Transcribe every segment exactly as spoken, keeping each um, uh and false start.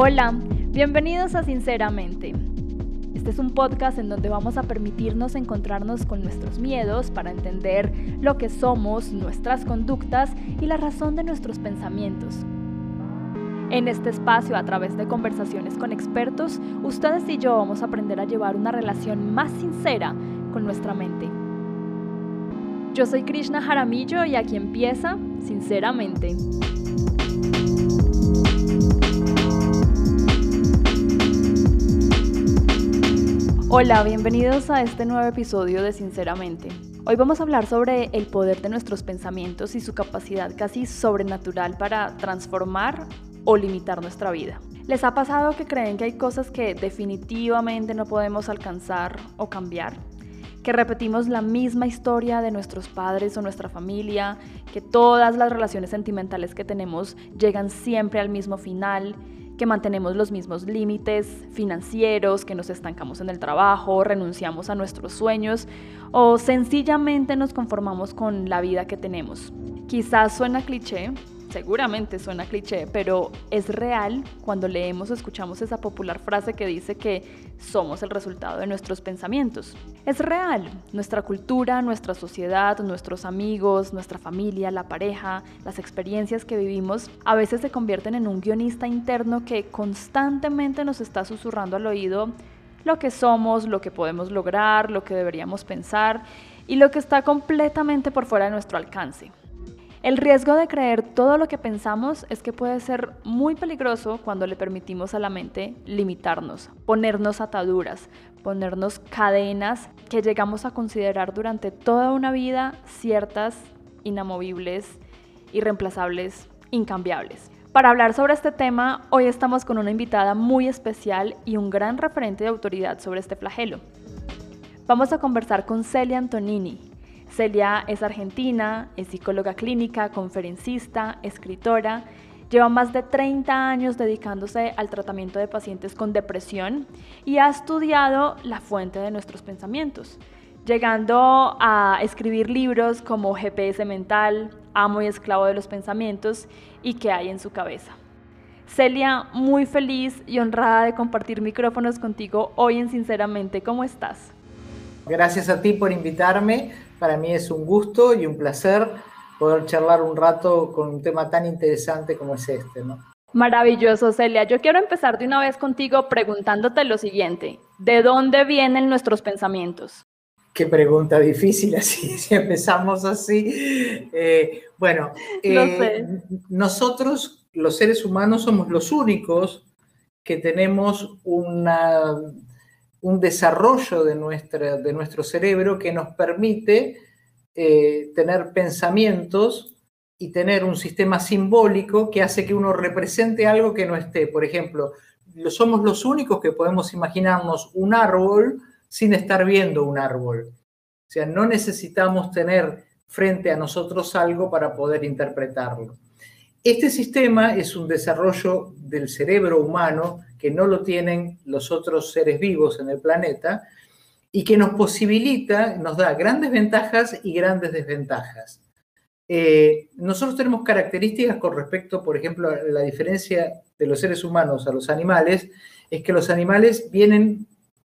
Hola, bienvenidos a Sinceramente. Este es un podcast en donde vamos a permitirnos encontrarnos con nuestros miedos para entender lo que somos, nuestras conductas y la razón de nuestros pensamientos. En este espacio, a través de conversaciones con expertos, ustedes y yo vamos a aprender a llevar una relación más sincera con nuestra mente. Yo soy Krishna Jaramillo y aquí empieza Sinceramente. Hola, bienvenidos a este nuevo episodio de Sinceramente. Hoy vamos a hablar sobre el poder de nuestros pensamientos y su capacidad casi sobrenatural para transformar o limitar nuestra vida. ¿Les ha pasado que creen que hay cosas que definitivamente no podemos alcanzar o cambiar? Que repetimos la misma historia de nuestros padres o nuestra familia, que todas las relaciones sentimentales que tenemos llegan siempre al mismo final, que mantenemos los mismos límites financieros, que nos estancamos en el trabajo, renunciamos a nuestros sueños o sencillamente nos conformamos con la vida que tenemos. Quizás suena cliché, seguramente suena cliché, pero es real cuando leemos o escuchamos esa popular frase que dice que somos el resultado de nuestros pensamientos. Es real. Nuestra cultura, nuestra sociedad, nuestros amigos, nuestra familia, la pareja, las experiencias que vivimos, a veces se convierten en un guionista interno que constantemente nos está susurrando al oído lo que somos, lo que podemos lograr, lo que deberíamos pensar y lo que está completamente por fuera de nuestro alcance. El riesgo de creer todo lo que pensamos es que puede ser muy peligroso cuando le permitimos a la mente limitarnos, ponernos ataduras, ponernos cadenas que llegamos a considerar durante toda una vida ciertas, inamovibles, irreemplazables, incambiables. Para hablar sobre este tema, hoy estamos con una invitada muy especial y un gran referente de autoridad sobre este flagelo. Vamos a conversar con Celia Antonini. Celia es argentina, es psicóloga clínica, conferencista, escritora, lleva más de treinta años dedicándose al tratamiento de pacientes con depresión y ha estudiado la fuente de nuestros pensamientos, llegando a escribir libros como G P S Mental, Amo y Esclavo de los Pensamientos y ¿Qué hay en su cabeza? Celia, muy feliz y honrada de compartir micrófonos contigo hoy en Sinceramente. ¿Cómo estás? Gracias a ti por invitarme. Para mí es un gusto y un placer poder charlar un rato con un tema tan interesante como es este, ¿no? Maravilloso, Celia. Yo quiero empezar de una vez contigo preguntándote lo siguiente. ¿De dónde vienen nuestros pensamientos? Qué pregunta difícil, así, si empezamos así. Eh, bueno, Lo eh, sé. nosotros, los seres humanos, somos los únicos que tenemos una... un desarrollo de, nuestra, de nuestro cerebro que nos permite eh, tener pensamientos y tener un sistema simbólico que hace que uno represente algo que no esté. Por ejemplo, somos los únicos que podemos imaginarnos un árbol sin estar viendo un árbol. O sea, no necesitamos tener frente a nosotros algo para poder interpretarlo. Este sistema es un desarrollo del cerebro humano que no lo tienen los otros seres vivos en el planeta y que nos posibilita, nos da grandes ventajas y grandes desventajas. Eh, nosotros tenemos características con respecto, por ejemplo, a la diferencia de los seres humanos a los animales, es que los animales vienen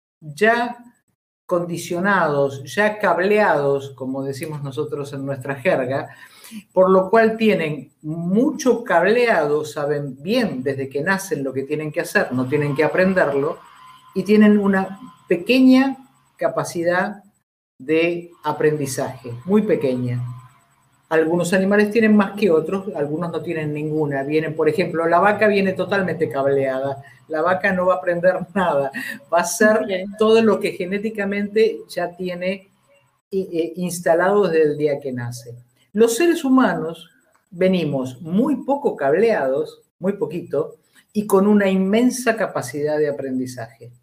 ya condicionados, ya cableados, como decimos nosotros en nuestra jerga, por lo cual tienen mucho cableado, saben bien desde que nacen lo que tienen que hacer, no tienen que aprenderlo, y tienen una pequeña capacidad de aprendizaje, muy pequeña. Algunos animales tienen más que otros, algunos no tienen ninguna. Vienen, por ejemplo, la vaca viene totalmente cableada. La vaca no va a aprender nada, va a hacer Okay. todo lo que genéticamente ya tiene eh, instalado desde el día que nace. Los seres humanos venimos muy poco cableados, muy poquito, y con una inmensa capacidad de aprendizaje.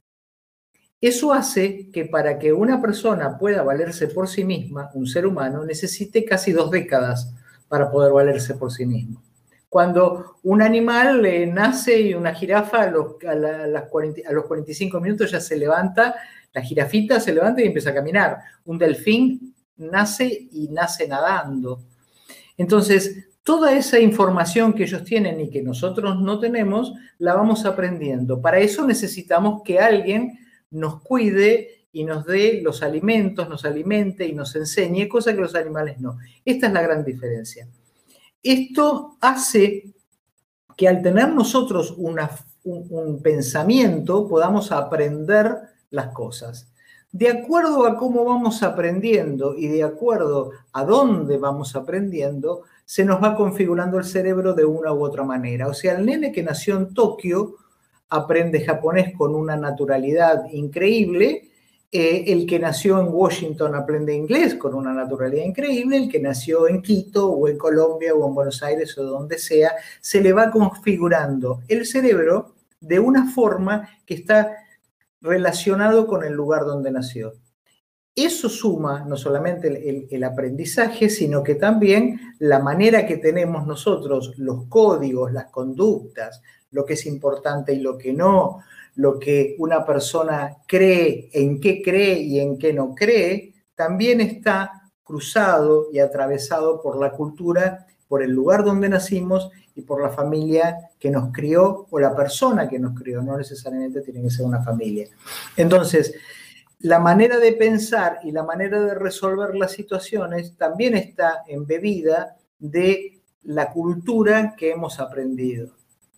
Eso hace que para que una persona pueda valerse por sí misma, un ser humano, necesite casi dos décadas para poder valerse por sí mismo. Cuando un animal eh, nace y una jirafa a los, a, la, a, las cuarenta, a los cuarenta y cinco minutos ya se levanta, la jirafita se levanta y empieza a caminar. Un delfín nace y nace nadando. Entonces, toda esa información que ellos tienen y que nosotros no tenemos, la vamos aprendiendo. Para eso necesitamos que alguien nos cuide y nos dé los alimentos, nos alimente y nos enseñe, cosa que los animales no. Esta es la gran diferencia. Esto hace que al tener nosotros una, un, un pensamiento podamos aprender las cosas. De acuerdo a cómo vamos aprendiendo y de acuerdo a dónde vamos aprendiendo, se nos va configurando el cerebro de una u otra manera. O sea, el nene que nació en Tokio aprende japonés con una naturalidad increíble. Eh, el que nació en Washington aprende inglés con una naturalidad increíble, el que nació en Quito o en Colombia o en Buenos Aires o donde sea, se le va configurando el cerebro de una forma que está relacionado con el lugar donde nació. Eso suma no solamente el, el, el aprendizaje, sino que también la manera que tenemos nosotros, los códigos, las conductas, lo que es importante y lo que no, lo que una persona cree, en qué cree y en qué no cree, también está cruzado y atravesado por la cultura, por el lugar donde nacimos y por la familia que nos crió o la persona que nos crió. No necesariamente tiene que ser una familia. Entonces, la manera de pensar y la manera de resolver las situaciones también está embebida de la cultura que hemos aprendido.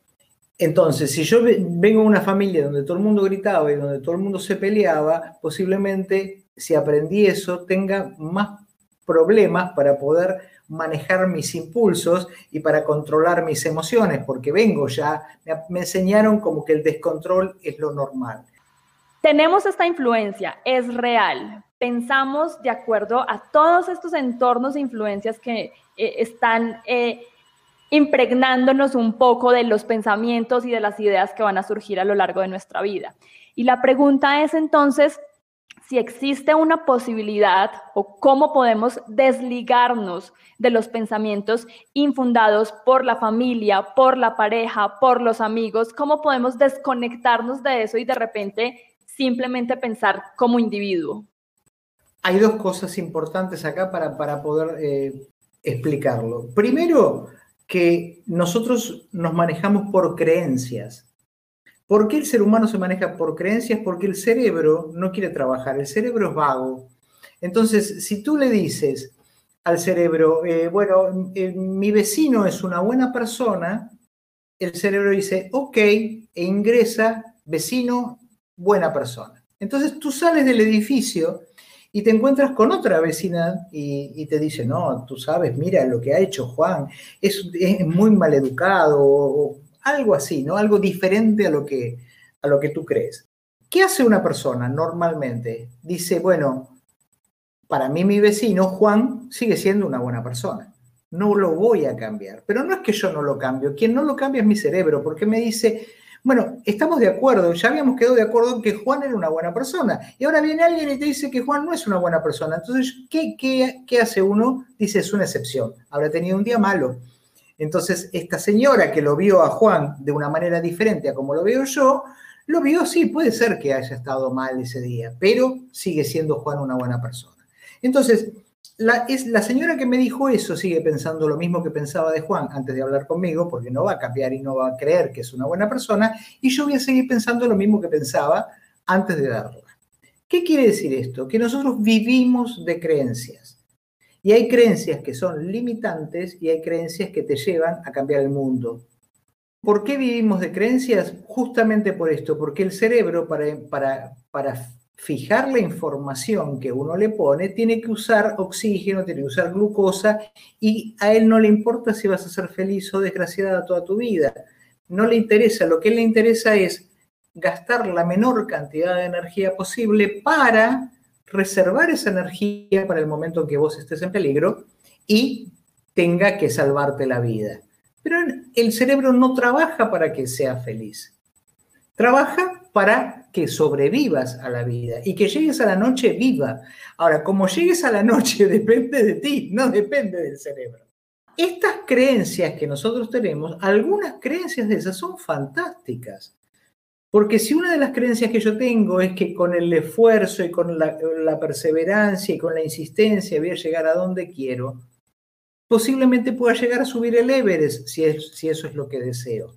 Entonces, si yo vengo de una familia donde todo el mundo gritaba y donde todo el mundo se peleaba, posiblemente si aprendí eso tenga más problemas para poder manejar mis impulsos y para controlar mis emociones, porque vengo ya, me enseñaron como que el descontrol es lo normal. Tenemos esta influencia, es real. Pensamos de acuerdo a todos estos entornos e influencias que eh, están eh, impregnándonos un poco de los pensamientos y de las ideas que van a surgir a lo largo de nuestra vida. Y la pregunta es entonces si existe una posibilidad o cómo podemos desligarnos de los pensamientos infundados por la familia, por la pareja, por los amigos, cómo podemos desconectarnos de eso y de repente simplemente pensar como individuo. Hay dos cosas importantes acá para, para poder eh, explicarlo. Primero, que nosotros nos manejamos por creencias. ¿Por qué el ser humano se maneja por creencias? Porque el cerebro no quiere trabajar, el cerebro es vago. Entonces, si tú le dices al cerebro, eh, bueno, eh, mi vecino es una buena persona, el cerebro dice, ok, e ingresa, vecino, buena persona. Entonces tú sales del edificio y te encuentras con otra vecina y, y te dice, no, tú sabes, mira lo que ha hecho Juan, es, es muy maleducado o, o algo así, ¿no? Algo diferente a lo, que, a lo que tú crees. ¿Qué hace una persona normalmente? Dice, bueno, para mí mi vecino Juan sigue siendo una buena persona. No lo voy a cambiar. Pero no es que yo no lo cambio. Quien no lo cambia es mi cerebro, porque me dice, bueno, estamos de acuerdo, ya habíamos quedado de acuerdo en que Juan era una buena persona. Y ahora viene alguien y te dice que Juan no es una buena persona. Entonces, ¿qué, qué, qué hace uno? Dice, es una excepción. Habrá tenido un día malo. Entonces, esta señora que lo vio a Juan de una manera diferente a como lo veo yo, lo vio, sí, puede ser que haya estado mal ese día, pero sigue siendo Juan una buena persona. Entonces, la, es, la señora que me dijo eso sigue pensando lo mismo que pensaba de Juan antes de hablar conmigo, porque no va a cambiar y no va a creer que es una buena persona, y yo voy a seguir pensando lo mismo que pensaba antes de darla. ¿Qué quiere decir esto? Que nosotros vivimos de creencias. Y hay creencias que son limitantes y hay creencias que te llevan a cambiar el mundo. ¿Por qué vivimos de creencias? Justamente por esto, porque el cerebro para, para, para fijar la información que uno le pone tiene que usar oxígeno, tiene que usar glucosa y a él no le importa si vas a ser feliz o desgraciada toda tu vida. No le interesa, lo que a él le interesa es gastar la menor cantidad de energía posible para reservar esa energía para el momento en que vos estés en peligro y tenga que salvarte la vida. Pero el cerebro no trabaja para que seas feliz. Trabaja para que sobrevivas a la vida y que llegues a la noche viva. Ahora, como llegues a la noche depende de ti, no depende del cerebro. Estas creencias que nosotros tenemos, algunas creencias de esas son fantásticas. Porque si una de las creencias que yo tengo es que con el esfuerzo y con la, la perseverancia y con la insistencia voy a llegar a donde quiero, posiblemente pueda llegar a subir el Everest, si, es, si eso es lo que deseo.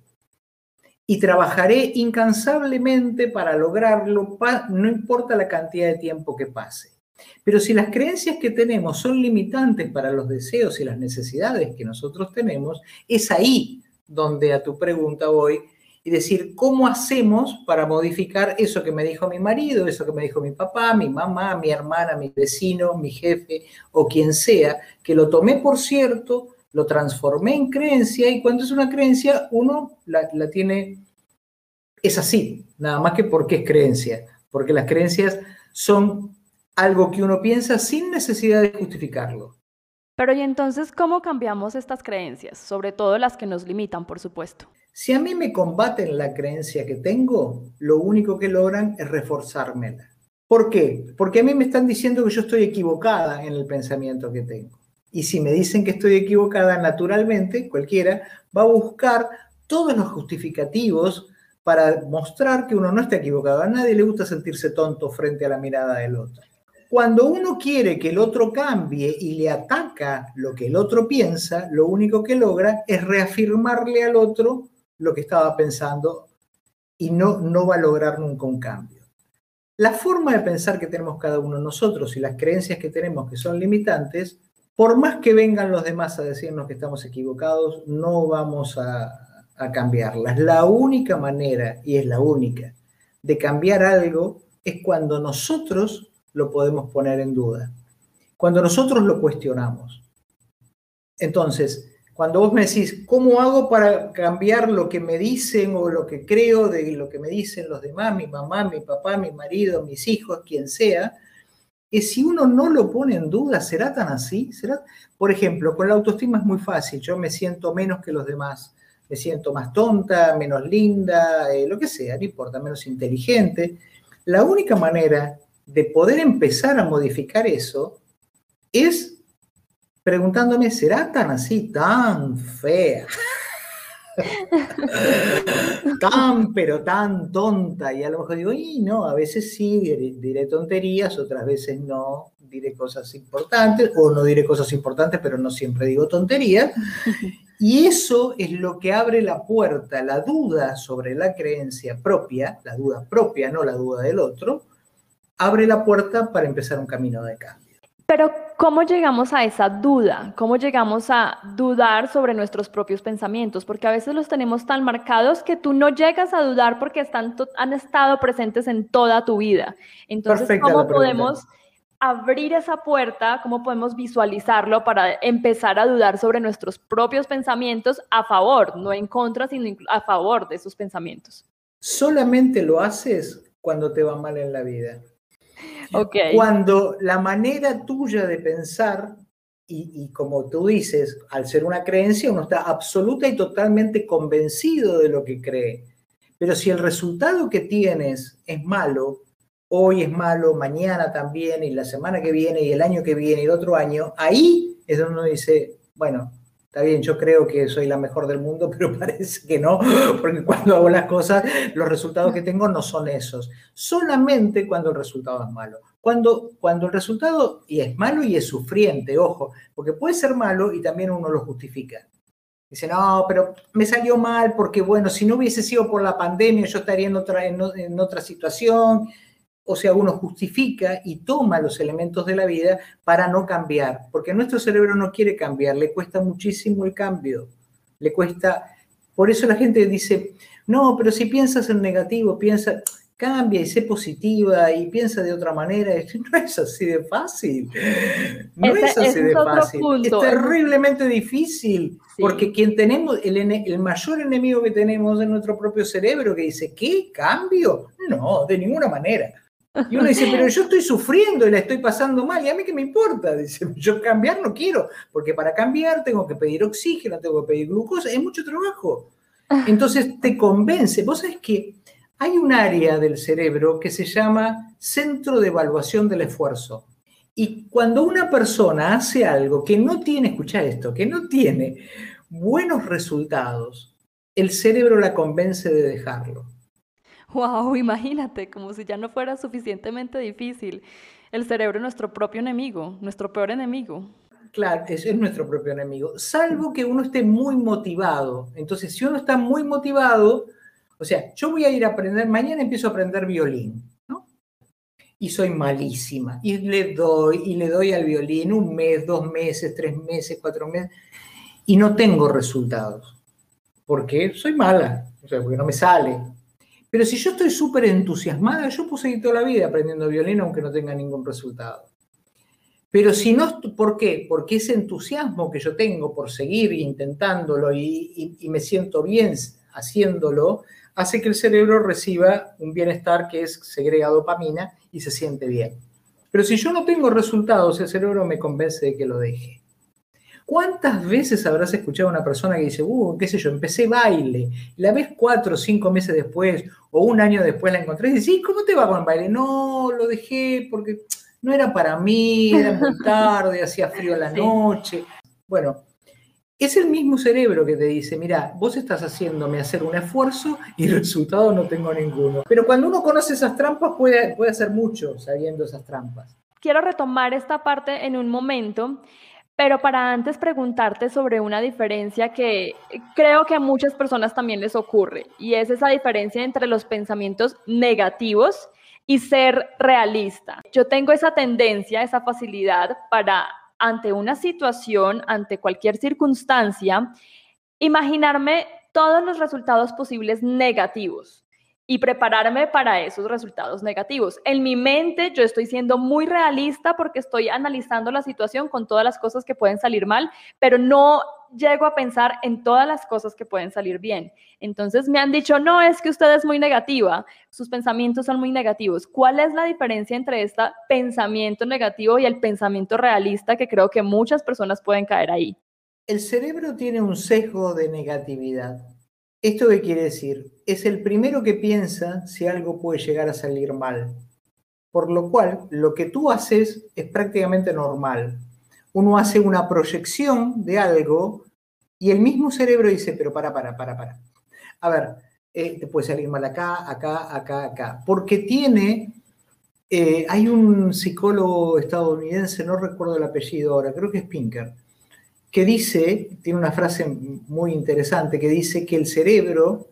Y trabajaré incansablemente para lograrlo, no importa la cantidad de tiempo que pase. Pero si las creencias que tenemos son limitantes para los deseos y las necesidades que nosotros tenemos, es ahí donde a tu pregunta voy y decir, ¿cómo hacemos para modificar eso que me dijo mi marido, eso que me dijo mi papá, mi mamá, mi hermana, mi vecino, mi jefe o quien sea, que lo tomé por cierto, lo transformé en creencia y cuando es una creencia uno la, la tiene, es así, nada más que porque es creencia, porque las creencias son algo que uno piensa sin necesidad de justificarlo. Pero ¿y entonces cómo cambiamos estas creencias? Sobre todo las que nos limitan, por supuesto. Si a mí me combaten la creencia que tengo, lo único que logran es reforzármela. ¿Por qué? Porque a mí me están diciendo que yo estoy equivocada en el pensamiento que tengo. Y si me dicen que estoy equivocada, naturalmente, cualquiera va a buscar todos los justificativos para mostrar que uno no está equivocado. A nadie le gusta sentirse tonto frente a la mirada del otro. Cuando uno quiere que el otro cambie y le ataca lo que el otro piensa, lo único que logra es reafirmarle al otro lo que estaba pensando y no, no va a lograr nunca un cambio. La forma de pensar que tenemos cada uno de nosotros y las creencias que tenemos que son limitantes, por más que vengan los demás a decirnos que estamos equivocados, no vamos a, a cambiarlas. La única manera, y es la única, de cambiar algo es cuando nosotros lo podemos poner en duda, cuando nosotros lo cuestionamos. Entonces, cuando vos me decís, ¿cómo hago para cambiar lo que me dicen o lo que creo de lo que me dicen los demás, mi mamá, mi papá, mi marido, mis hijos, quien sea? Es si uno no lo pone en duda, ¿será tan así? ¿Será? Por ejemplo, con la autoestima es muy fácil, yo me siento menos que los demás, me siento más tonta, menos linda, eh, lo que sea, no importa, menos inteligente. La única manera de poder empezar a modificar eso es preguntándome, ¿será tan así, tan fea? Tan, pero tan tonta. Y a lo mejor digo, y no, a veces sí, diré, diré tonterías, otras veces no, diré cosas importantes, o no diré cosas importantes, pero no siempre digo tonterías. Y eso es lo que abre la puerta, la duda sobre la creencia propia, la duda propia, no la duda del otro, abre la puerta para empezar un camino de cambio. Pero, ¿cómo llegamos a esa duda? ¿Cómo llegamos a dudar sobre nuestros propios pensamientos? Porque a veces los tenemos tan marcados que tú no llegas a dudar porque están, han estado presentes en toda tu vida. Entonces, Perfecta ¿cómo podemos abrir esa puerta? ¿Cómo podemos visualizarlo para empezar a dudar sobre nuestros propios pensamientos a favor, no en contra, sino a favor de esos pensamientos? Solamente lo haces cuando te va mal en la vida. Okay. Cuando la manera tuya de pensar, y, y como tú dices, al ser una creencia, uno está absoluta y totalmente convencido de lo que cree. Pero si el resultado que tienes es malo, hoy es malo, mañana también, y la semana que viene, y el año que viene, y el otro año, ahí es donde uno dice, bueno, está bien, yo creo que soy la mejor del mundo, pero parece que no, porque cuando hago las cosas, los resultados que tengo no son esos. Solamente cuando el resultado es malo. Cuando, cuando el resultado y es malo y es sufriente, ojo, porque puede ser malo y también uno lo justifica. Dice, no, pero me salió mal porque, bueno, si no hubiese sido por la pandemia, yo estaría en otra, en, en otra situación. O sea, uno justifica y toma los elementos de la vida para no cambiar, porque nuestro cerebro no quiere cambiar, le cuesta muchísimo el cambio, le cuesta, por eso la gente dice, no, pero si piensas en negativo, piensa, cambia y sé positiva y piensa de otra manera. No es así de fácil, no ese, es así de es fácil, punto. Es terriblemente difícil, sí. Porque quien tenemos, el, el mayor enemigo que tenemos es nuestro propio cerebro, que dice, ¿qué? ¿Cambio? No, de ninguna manera. Y uno dice, pero yo estoy sufriendo y la estoy pasando mal, ¿y a mí qué me importa? Dice, yo cambiar no quiero, porque para cambiar tengo que pedir oxígeno, tengo que pedir glucosa, es mucho trabajo. Entonces te convence. Vos sabés que hay un área del cerebro que se llama Centro de Evaluación del Esfuerzo. Y cuando una persona hace algo que no tiene, escuchá esto, que no tiene buenos resultados, el cerebro la convence de dejarlo. Wow, imagínate, como si ya no fuera suficientemente difícil. El cerebro es nuestro propio enemigo, nuestro peor enemigo. Claro, ese es nuestro propio enemigo, salvo que uno esté muy motivado. Entonces, si uno está muy motivado, o sea, yo voy a ir a aprender, mañana empiezo a aprender violín, ¿no? Y soy malísima, y le doy, y le doy al violín un mes, dos meses, tres meses, cuatro meses, y no tengo resultados, porque soy mala, o sea, porque no me sale. Pero si yo estoy súper entusiasmada, yo puedo seguir toda la vida aprendiendo violín aunque no tenga ningún resultado. Pero si no, ¿por qué? Porque ese entusiasmo que yo tengo por seguir intentándolo y, y, y me siento bien haciéndolo, hace que el cerebro reciba un bienestar que es segrega dopamina y se siente bien. Pero si yo no tengo resultados, el cerebro me convence de que lo deje. ¿Cuántas veces habrás escuchado a una persona que dice, uh, qué sé yo, empecé baile, la ves cuatro o cinco meses después o un año después la encontré y dices, sí, ¿cómo te va con el baile? No, lo dejé porque no era para mí, era muy tarde, hacía frío a la noche. Bueno, es el mismo cerebro que te dice, mira, vos estás haciéndome hacer un esfuerzo y resultado no tengo ninguno. Pero cuando uno conoce esas trampas puede, puede hacer mucho sabiendo esas trampas. Quiero retomar esta parte en un momento. Pero para antes preguntarte sobre una diferencia que creo que a muchas personas también les ocurre, y es esa diferencia entre los pensamientos negativos y ser realista. Yo tengo esa tendencia, esa facilidad para, ante una situación, ante cualquier circunstancia, imaginarme todos los resultados posibles negativos y prepararme para esos resultados negativos. En mi mente yo estoy siendo muy realista porque estoy analizando la situación con todas las cosas que pueden salir mal, pero no llego a pensar en todas las cosas que pueden salir bien. Entonces me han dicho, no, es que usted es muy negativa, sus pensamientos son muy negativos. ¿Cuál es la diferencia entre este pensamiento negativo y el pensamiento realista que creo que muchas personas pueden caer ahí? El cerebro tiene un sesgo de negatividad. ¿Esto qué quiere decir? Es el primero que piensa si algo puede llegar a salir mal. Por lo cual, lo que tú haces es prácticamente normal. Uno hace una proyección de algo y el mismo cerebro dice, pero para, para, para, para. A ver, eh, te puede salir mal acá, acá, acá, acá. Porque tiene, eh, hay un psicólogo estadounidense, no recuerdo el apellido ahora, creo que es Pinker, que dice, tiene una frase muy interesante, que dice que el cerebro,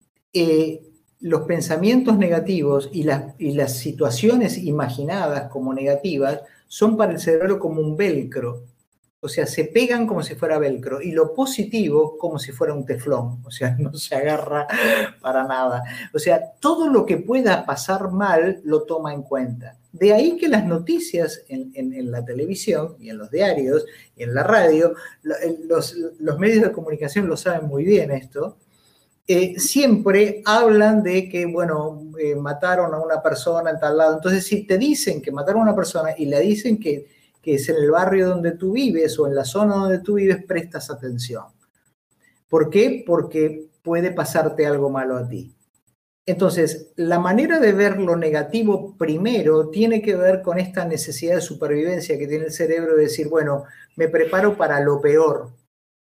eh, los pensamientos negativos y las, y las situaciones imaginadas como negativas son para el cerebro como un velcro. O sea, se pegan como si fuera velcro y lo positivo como si fuera un teflón. O sea, no se agarra para nada. O sea, todo lo que pueda pasar mal lo toma en cuenta. De ahí que las noticias en, en, en la televisión y en los diarios y en la radio, los, los medios de comunicación lo saben muy bien esto, eh, siempre hablan de que, bueno, eh, mataron a una persona en tal lado. Entonces, si te dicen que mataron a una persona y le dicen que, que es en el barrio donde tú vives o en la zona donde tú vives, prestas atención. ¿Por qué? Porque puede pasarte algo malo a ti. Entonces, la manera de ver lo negativo primero tiene que ver con esta necesidad de supervivencia que tiene el cerebro de decir, bueno, me preparo para lo peor.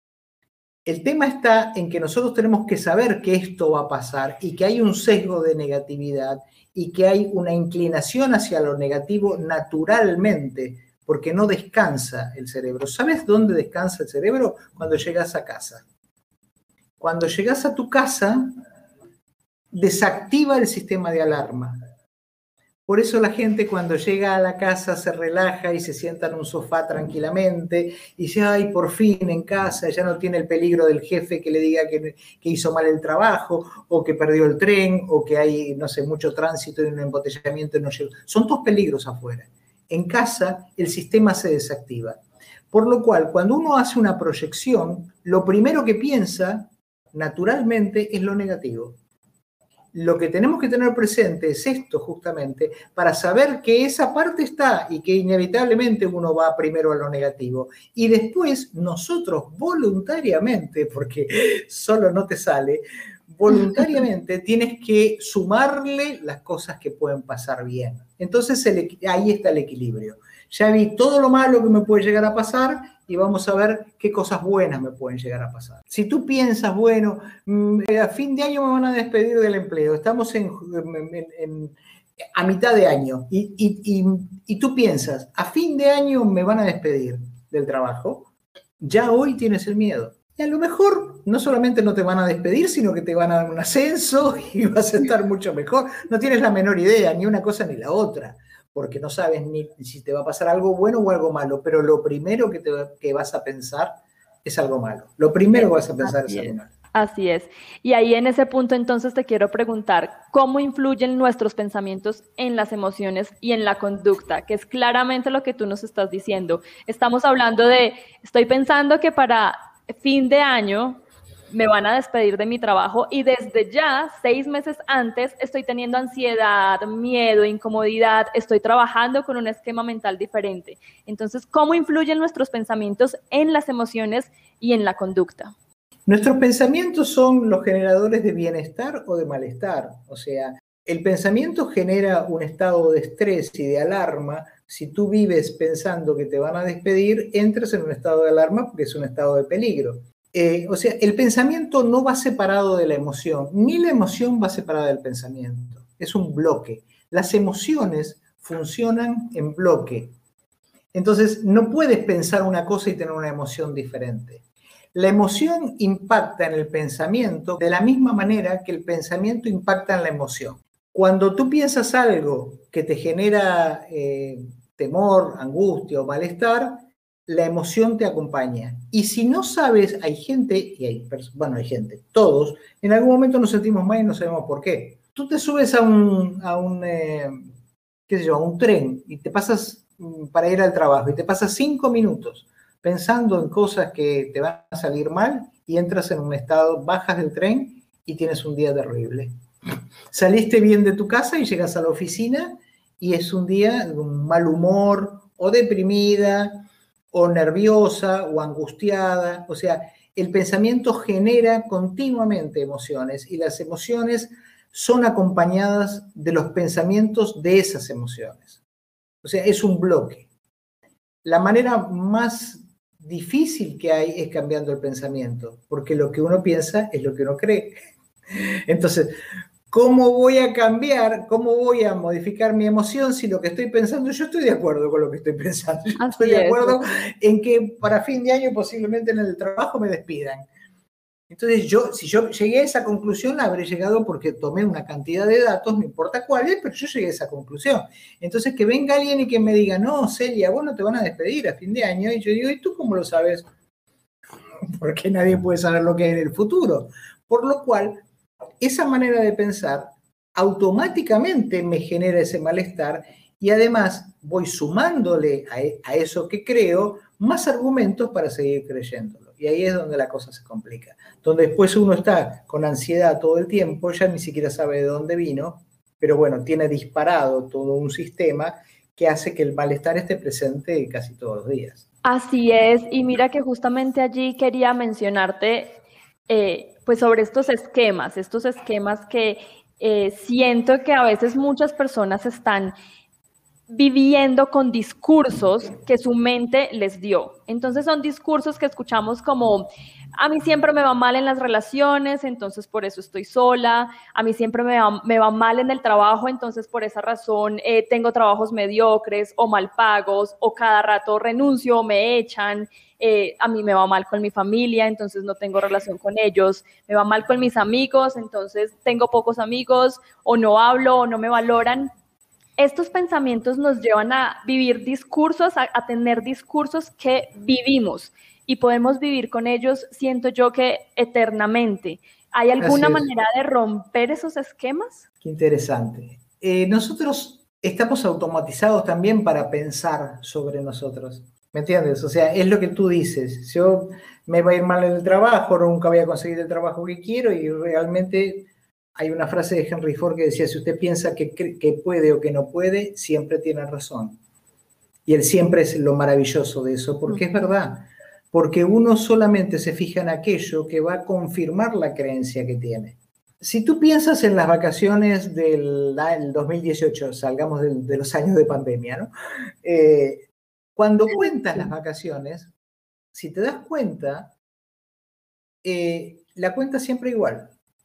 El tema está en que nosotros tenemos que saber que esto va a pasar y que hay un sesgo de negatividad y que hay una inclinación hacia lo negativo naturalmente, porque no descansa el cerebro. ¿Sabes dónde descansa el cerebro? Cuando llegas a casa. Cuando llegas a tu casa, desactiva el sistema de alarma. Por eso la gente cuando llega a la casa se relaja y se sienta en un sofá tranquilamente y dice, ay, por fin en casa, ya no tiene el peligro del jefe que le diga que, que hizo mal el trabajo o que perdió el tren o que hay, no sé, mucho tránsito y un embotellamiento y no llegó. Son dos peligros afuera. En casa el sistema se desactiva. Por lo cual, cuando uno hace una proyección, lo primero que piensa naturalmente es lo negativo. Lo que tenemos que tener presente es esto justamente para saber que esa parte está y que inevitablemente uno va primero a lo negativo y después nosotros voluntariamente, porque solo no te sale, voluntariamente tienes que sumarle las cosas que pueden pasar bien. Entonces el, ahí está el equilibrio. Ya vi todo lo malo que me puede llegar a pasar y vamos a ver qué cosas buenas me pueden llegar a pasar. Si tú piensas, bueno, a fin de año me van a despedir del empleo, estamos en, en, en, a mitad de año y, y, y, y tú piensas, a fin de año me van a despedir. del trabajo, ya hoy tienes el miedo. Y a lo mejor no solamente no te van a despedir, sino que te van a dar un ascenso y vas a estar mucho mejor. No tienes la menor idea, ni una cosa ni la otra, porque no sabes ni si te va a pasar algo bueno o algo malo, pero lo primero que, te, que vas a pensar es algo malo. Lo primero que vas a pensar es algo malo. Así es. Y ahí en ese punto entonces te quiero preguntar, ¿cómo influyen nuestros pensamientos en las emociones y en la conducta? Que es claramente lo que tú nos estás diciendo. Estamos hablando de, estoy pensando que para fin de año me van a despedir de mi trabajo y desde ya, seis meses antes, estoy teniendo ansiedad, miedo, incomodidad, estoy trabajando con un esquema mental diferente. Entonces, ¿cómo influyen nuestros pensamientos en las emociones y en la conducta? Nuestros pensamientos son los generadores de bienestar o de malestar. O sea, el pensamiento genera un estado de estrés y de alarma. Si tú vives pensando que te van a despedir, entras en un estado de alarma porque es un estado de peligro. Eh, o sea, el pensamiento no va separado de la emoción, ni la emoción va separada del pensamiento. Es un bloque. Las emociones funcionan en bloque. Entonces, no puedes pensar una cosa y tener una emoción diferente. La emoción impacta en el pensamiento de la misma manera que el pensamiento impacta en la emoción. Cuando tú piensas algo que te genera eh, temor, angustia o malestar, la emoción te acompaña. Y si no sabes, hay gente, y hay, bueno, hay gente, todos, en algún momento nos sentimos mal y no sabemos por qué. Tú te subes a un, a un eh, qué sé yo, a un tren y te pasas para ir al trabajo y te pasas cinco minutos pensando en cosas que te van a salir mal y entras en un estado, bajas del tren y tienes un día terrible. Saliste bien de tu casa y llegas a la oficina y es un día de un mal humor o deprimida o nerviosa o angustiada. O sea, el pensamiento genera continuamente emociones y las emociones son acompañadas de los pensamientos de esas emociones. O sea, es un bloque. La manera más difícil que hay es cambiando el pensamiento, porque lo que uno piensa es lo que uno cree. Entonces, ¿cómo voy a cambiar, cómo voy a modificar mi emoción si lo que estoy pensando, yo estoy de acuerdo con lo que estoy pensando, yo Así estoy de acuerdo es. en que para fin de año posiblemente en el trabajo me despidan? Entonces, yo, si yo llegué a esa conclusión, la habré llegado porque tomé una cantidad de datos, no importa cuáles, pero yo llegué a esa conclusión. Entonces, que venga alguien y que me diga, no, Celia, vos no te van a despedir a fin de año. Y yo digo, ¿y tú cómo lo sabes? Porque nadie puede saber lo que hay en el futuro. Por lo cual, esa manera de pensar automáticamente me genera ese malestar y además voy sumándole a, a eso que creo más argumentos para seguir creyéndolo. Y ahí es donde la cosa se complica. Donde después uno está con ansiedad todo el tiempo, ya ni siquiera sabe de dónde vino, pero bueno, tiene disparado todo un sistema que hace que el malestar esté presente casi todos los días. Así es, y mira que justamente allí quería mencionarte eh, pues sobre estos esquemas, estos esquemas que eh, siento que a veces muchas personas están viviendo con discursos que su mente les dio. Entonces son discursos que escuchamos como, a mí siempre me va mal en las relaciones, entonces por eso estoy sola, a mí siempre me va, me va mal en el trabajo, entonces por esa razón eh, tengo trabajos mediocres o mal pagos, o cada rato renuncio o me echan, eh, a mí me va mal con mi familia, entonces no tengo relación con ellos, me va mal con mis amigos, entonces tengo pocos amigos, o no hablo o no me valoran. Estos pensamientos nos llevan a vivir discursos, a, a, tener discursos que vivimos y podemos vivir con ellos, siento yo que eternamente. ¿Hay alguna manera de romper esos esquemas? Qué interesante. Eh, nosotros estamos automatizados también para pensar sobre nosotros. ¿Me entiendes? O sea, es lo que tú dices. Yo me va a ir mal en el trabajo, nunca voy a conseguir el trabajo que quiero y realmente... Hay una frase de Henry Ford que decía, si usted piensa que, que puede o que no puede, siempre tiene razón. Y el siempre es lo maravilloso de eso, porque es verdad. Porque uno solamente se fija en aquello que va a confirmar la creencia que tiene. Si tú piensas en las vacaciones del, del dos mil dieciocho, salgamos de, de los años de pandemia, ¿no? Eh, cuando cuentas las vacaciones, si te das cuenta, eh, la cuenta siempre igual.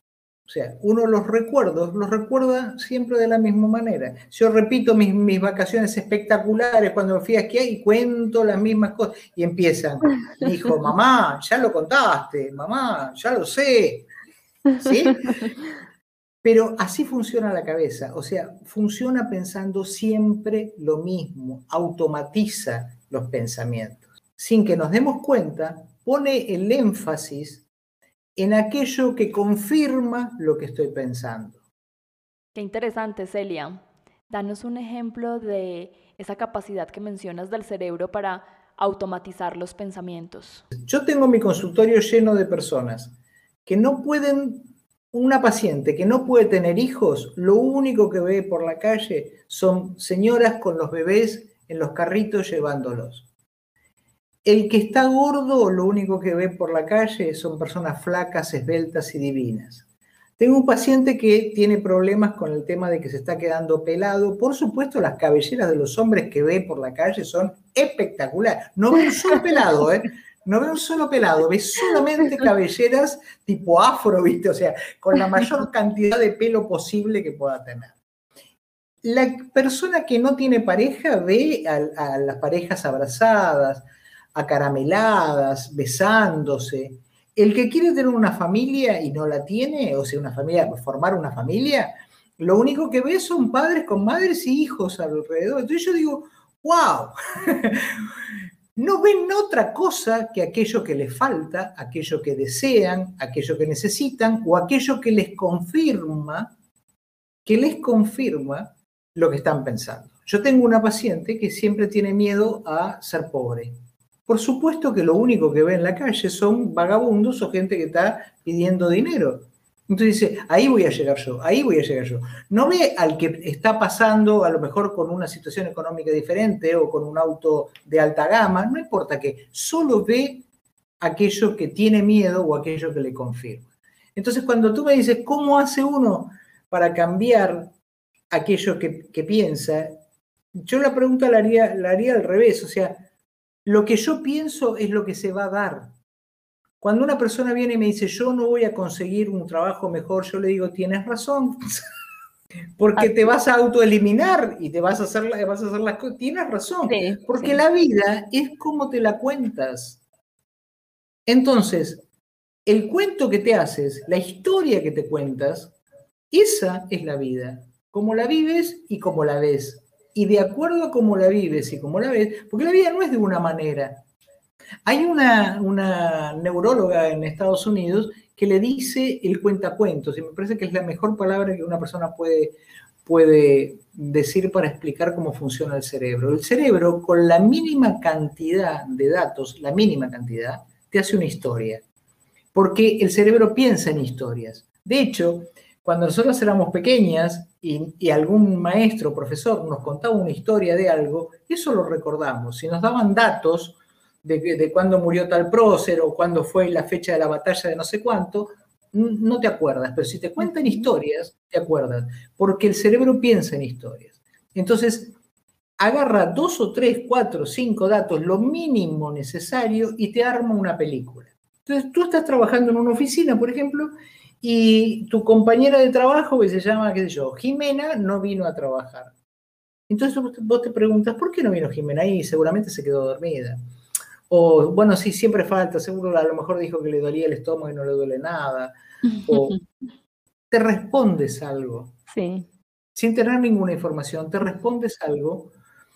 O sea, uno los recuerdos los recuerda siempre de la misma manera. Yo repito mis, mis vacaciones espectaculares cuando me fui a esquiar y cuento las mismas cosas. Y empiezan, mi hijo, mamá, ya lo contaste, mamá, ya lo sé. ¿Sí? Pero así funciona la cabeza. O sea, funciona pensando siempre lo mismo, automatiza los pensamientos. Sin que nos demos cuenta, pone el énfasis en aquello que confirma lo que estoy pensando. Qué interesante, Celia. Danos un ejemplo de esa capacidad que mencionas del cerebro para automatizar los pensamientos. Yo tengo mi consultorio lleno de personas que no pueden, una paciente que no puede tener hijos, lo único que ve por la calle son señoras con los bebés en los carritos llevándolos. El que está gordo, lo único que ve por la calle son personas flacas, esbeltas y divinas. Tengo un paciente que tiene problemas con el tema de que se está quedando pelado. Por supuesto, las cabelleras de los hombres que ve por la calle son espectaculares. No ve un solo pelado, ¿eh? No ve un solo pelado, ve solamente cabelleras tipo afro, ¿viste? O sea, con la mayor cantidad de pelo posible que pueda tener. La persona que no tiene pareja ve a, a las parejas abrazadas, acarameladas, besándose. El que quiere tener una familia y no la tiene, o sea, una familia, formar una familia, lo único que ve son padres con madres y hijos alrededor. Entonces yo digo, wow, no ven otra cosa que aquello que les falta, aquello que desean, aquello que necesitan, o aquello que les confirma, que les confirma lo que están pensando. Yo tengo una paciente que siempre tiene miedo a ser pobre. Por supuesto que lo único que ve en la calle son vagabundos o gente que está pidiendo dinero. Entonces dice, ahí voy a llegar yo, ahí voy a llegar yo. No ve al que está pasando a lo mejor con una situación económica diferente o con un auto de alta gama, no importa qué, solo ve aquello que tiene miedo o aquello que le confirma. Entonces cuando tú me dices, ¿cómo hace uno para cambiar aquello que, que piensa? Yo la pregunta la haría, la haría al revés, o sea, lo que yo pienso es lo que se va a dar. Cuando una persona viene y me dice, yo no voy a conseguir un trabajo mejor, yo le digo, tienes razón, porque te vas a autoeliminar y te vas a hacer, vas a hacer las cosas. Tienes razón, sí, porque sí. La vida es como te la cuentas. Entonces, el cuento que te haces, la historia que te cuentas, esa es la vida. Cómo la vives y cómo la ves. Y de acuerdo a cómo la vives y cómo la ves, porque la vida no es de una manera. Hay una, una neuróloga en Estados Unidos que le dice el cuentacuentos, y me parece que es la mejor palabra que una persona puede, puede decir para explicar cómo funciona el cerebro. El cerebro, con la mínima cantidad de datos, la mínima cantidad, te hace una historia, porque el cerebro piensa en historias. De hecho, cuando nosotros éramos pequeñas y, y algún maestro o profesor nos contaba una historia de algo, eso lo recordamos. Si nos daban datos de, de cuándo murió tal prócer o cuándo fue la fecha de la batalla de no sé cuánto, no te acuerdas. Pero si te cuentan historias, te acuerdas. Porque el cerebro piensa en historias. Entonces, agarra dos o tres, cuatro, cinco datos, lo mínimo necesario, y te arma una película. Entonces, tú estás trabajando en una oficina, por ejemplo, y tu compañera de trabajo, que se llama, qué sé yo, Jimena, no vino a trabajar. Entonces vos te preguntas, ¿por qué no vino Jimena? Y seguramente se quedó dormida. O, bueno, sí, siempre falta, seguro a lo mejor dijo que le dolía el estómago y no le duele nada. O te respondes algo. Sí. Sin tener ninguna información, te respondes algo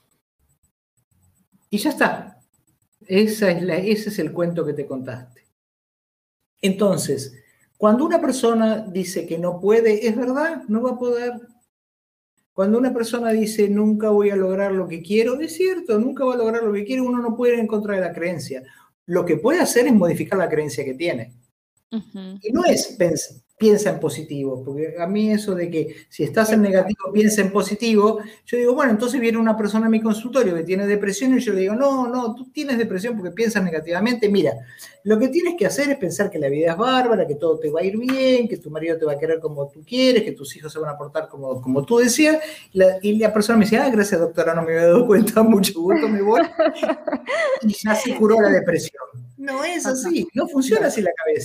y ya está. Esa es la, ese es el cuento que te contaste. Entonces, cuando una persona dice que no puede, es verdad, no va a poder. Cuando una persona dice nunca voy a lograr lo que quiero, es cierto, nunca va a lograr lo que quiere, uno no puede ir en contra de la creencia. Lo que puede hacer es modificar la creencia que tiene. Uh-huh. Y no es pensar, piensa en positivo, porque a mí eso de que si estás en negativo, piensa en positivo, yo digo, bueno, entonces viene una persona a mi consultorio que tiene depresión y yo le digo, no, no, tú tienes depresión porque piensas negativamente. Mira, lo que tienes que hacer es pensar que la vida es bárbara, que todo te va a ir bien, que tu marido te va a querer como tú quieres, que tus hijos se van a portar como, como tú decías. La, y la persona me dice, ah, gracias doctora, no me había dado cuenta, mucho gusto, me voy. Y ya se curó la depresión. No es así, no funciona así la cabeza.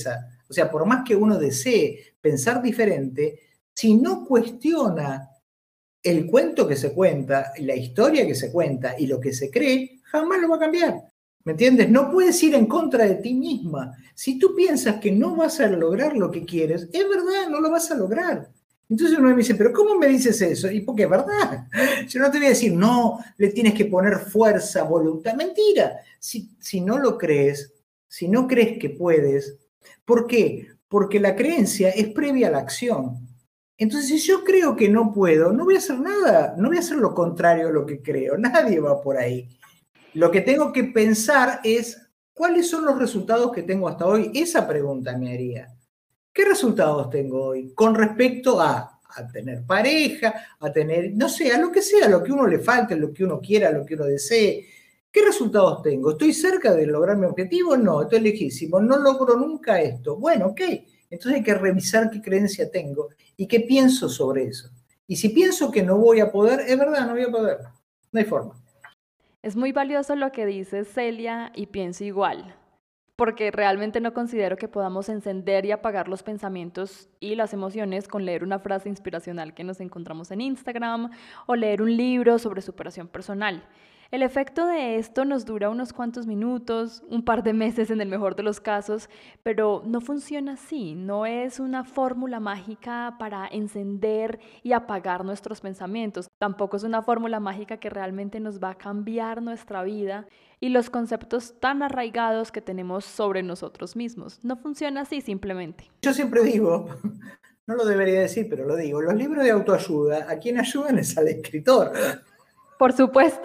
O sea, por más que uno desee pensar diferente, si no cuestiona el cuento que se cuenta, la historia que se cuenta y lo que se cree, jamás lo va a cambiar. ¿Me entiendes? No puedes ir en contra de ti misma. Si tú piensas que no vas a lograr lo que quieres, es verdad, no lo vas a lograr. Entonces uno me dice, ¿pero cómo me dices eso? Y porque es verdad. Yo no te voy a decir, no, le tienes que poner fuerza, voluntad. Mentira. Si, si no lo crees, si no crees que puedes, ¿por qué? Porque la creencia es previa a la acción. Entonces, si yo creo que no puedo, no voy a hacer nada, no voy a hacer lo contrario a lo que creo. Nadie va por ahí. Lo que tengo que pensar es, ¿cuáles son los resultados que tengo hasta hoy? Esa pregunta me haría. ¿Qué resultados tengo hoy con respecto a, a tener pareja, a tener, no sé, a lo que sea, a lo que uno le falte, a lo que uno quiera, a lo que uno desee? ¿Qué resultados tengo? ¿Estoy cerca de lograr mi objetivo? No, estoy lejísimo. No logro nunca esto. Bueno, ok. Entonces hay que revisar qué creencia tengo y qué pienso sobre eso. Y si pienso que no voy a poder, es verdad, no voy a poder. No hay forma. Es muy valioso lo que dice Celia y pienso igual, porque realmente no considero que podamos encender y apagar los pensamientos y las emociones con leer una frase inspiracional que nos encontramos en Instagram o leer un libro sobre superación personal. El efecto de esto nos dura unos cuantos minutos, un par de meses en el mejor de los casos, pero no funciona así, no es una fórmula mágica para encender y apagar nuestros pensamientos, tampoco es una fórmula mágica que realmente nos va a cambiar nuestra vida y los conceptos tan arraigados que tenemos sobre nosotros mismos. No funciona así simplemente. Yo siempre digo, no lo debería decir, pero lo digo, los libros de autoayuda, a quien ayudan es al escritor. Por supuesto.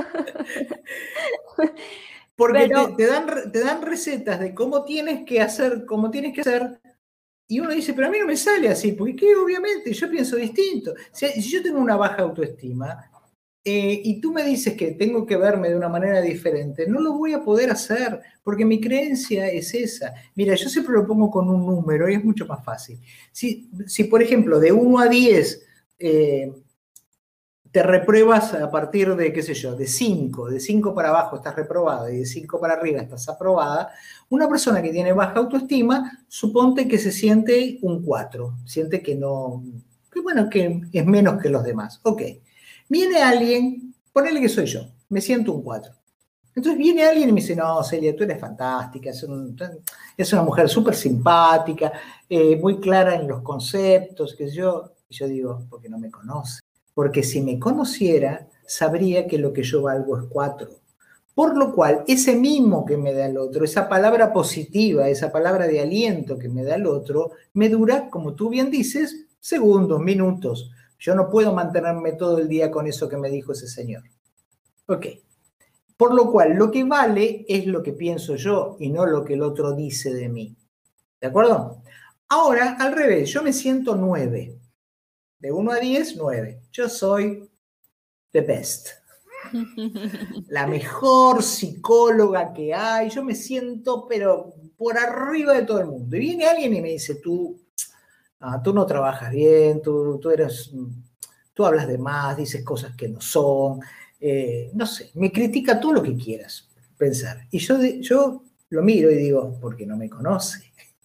Porque Pero... te, te, dan, te dan recetas de cómo tienes que hacer, cómo tienes que hacer, y uno dice, pero a mí no me sale así, porque ¿qué? Obviamente, yo pienso distinto. Si, si yo tengo una baja autoestima, eh, y tú me dices que tengo que verme de una manera diferente, no lo voy a poder hacer, porque mi creencia es esa. Mira, yo siempre lo pongo con un número y es mucho más fácil. Si, si por ejemplo, de uno a diez... Eh, te repruebas a partir de, qué sé yo, de cinco, de cinco para abajo estás reprobada y de cinco para arriba estás aprobada, una persona que tiene baja autoestima, suponte que se siente un cuatro, siente que no, que bueno, que es menos que los demás. Ok, viene alguien, ponele que soy yo, me siento un cuatro. Entonces viene alguien y me dice, no, Celia, tú eres fantástica, es, un, es una mujer súper simpática, eh, muy clara en los conceptos, que yo, y yo digo, porque no me conoce. Porque si me conociera, sabría que lo que yo valgo es cuatro. Por lo cual, ese mismo que me da el otro, esa palabra positiva, esa palabra de aliento que me da el otro, me dura, como tú bien dices, segundos, minutos. Yo no puedo mantenerme todo el día con eso que me dijo ese señor. Ok. Por lo cual, lo que vale es lo que pienso yo y no lo que el otro dice de mí. ¿De acuerdo? Ahora, al revés, yo me siento nueve. De uno a diez, nueve. Yo soy the best. La mejor psicóloga que hay. Yo me siento, pero por arriba de todo el mundo. Y viene alguien y me dice, tú, ah, tú no trabajas bien, tú, tú, eres, tú hablas de más, dices cosas que no son. Eh, no sé, me critica todo lo que quieras pensar. Y yo, yo lo miro y digo, porque no me conoce.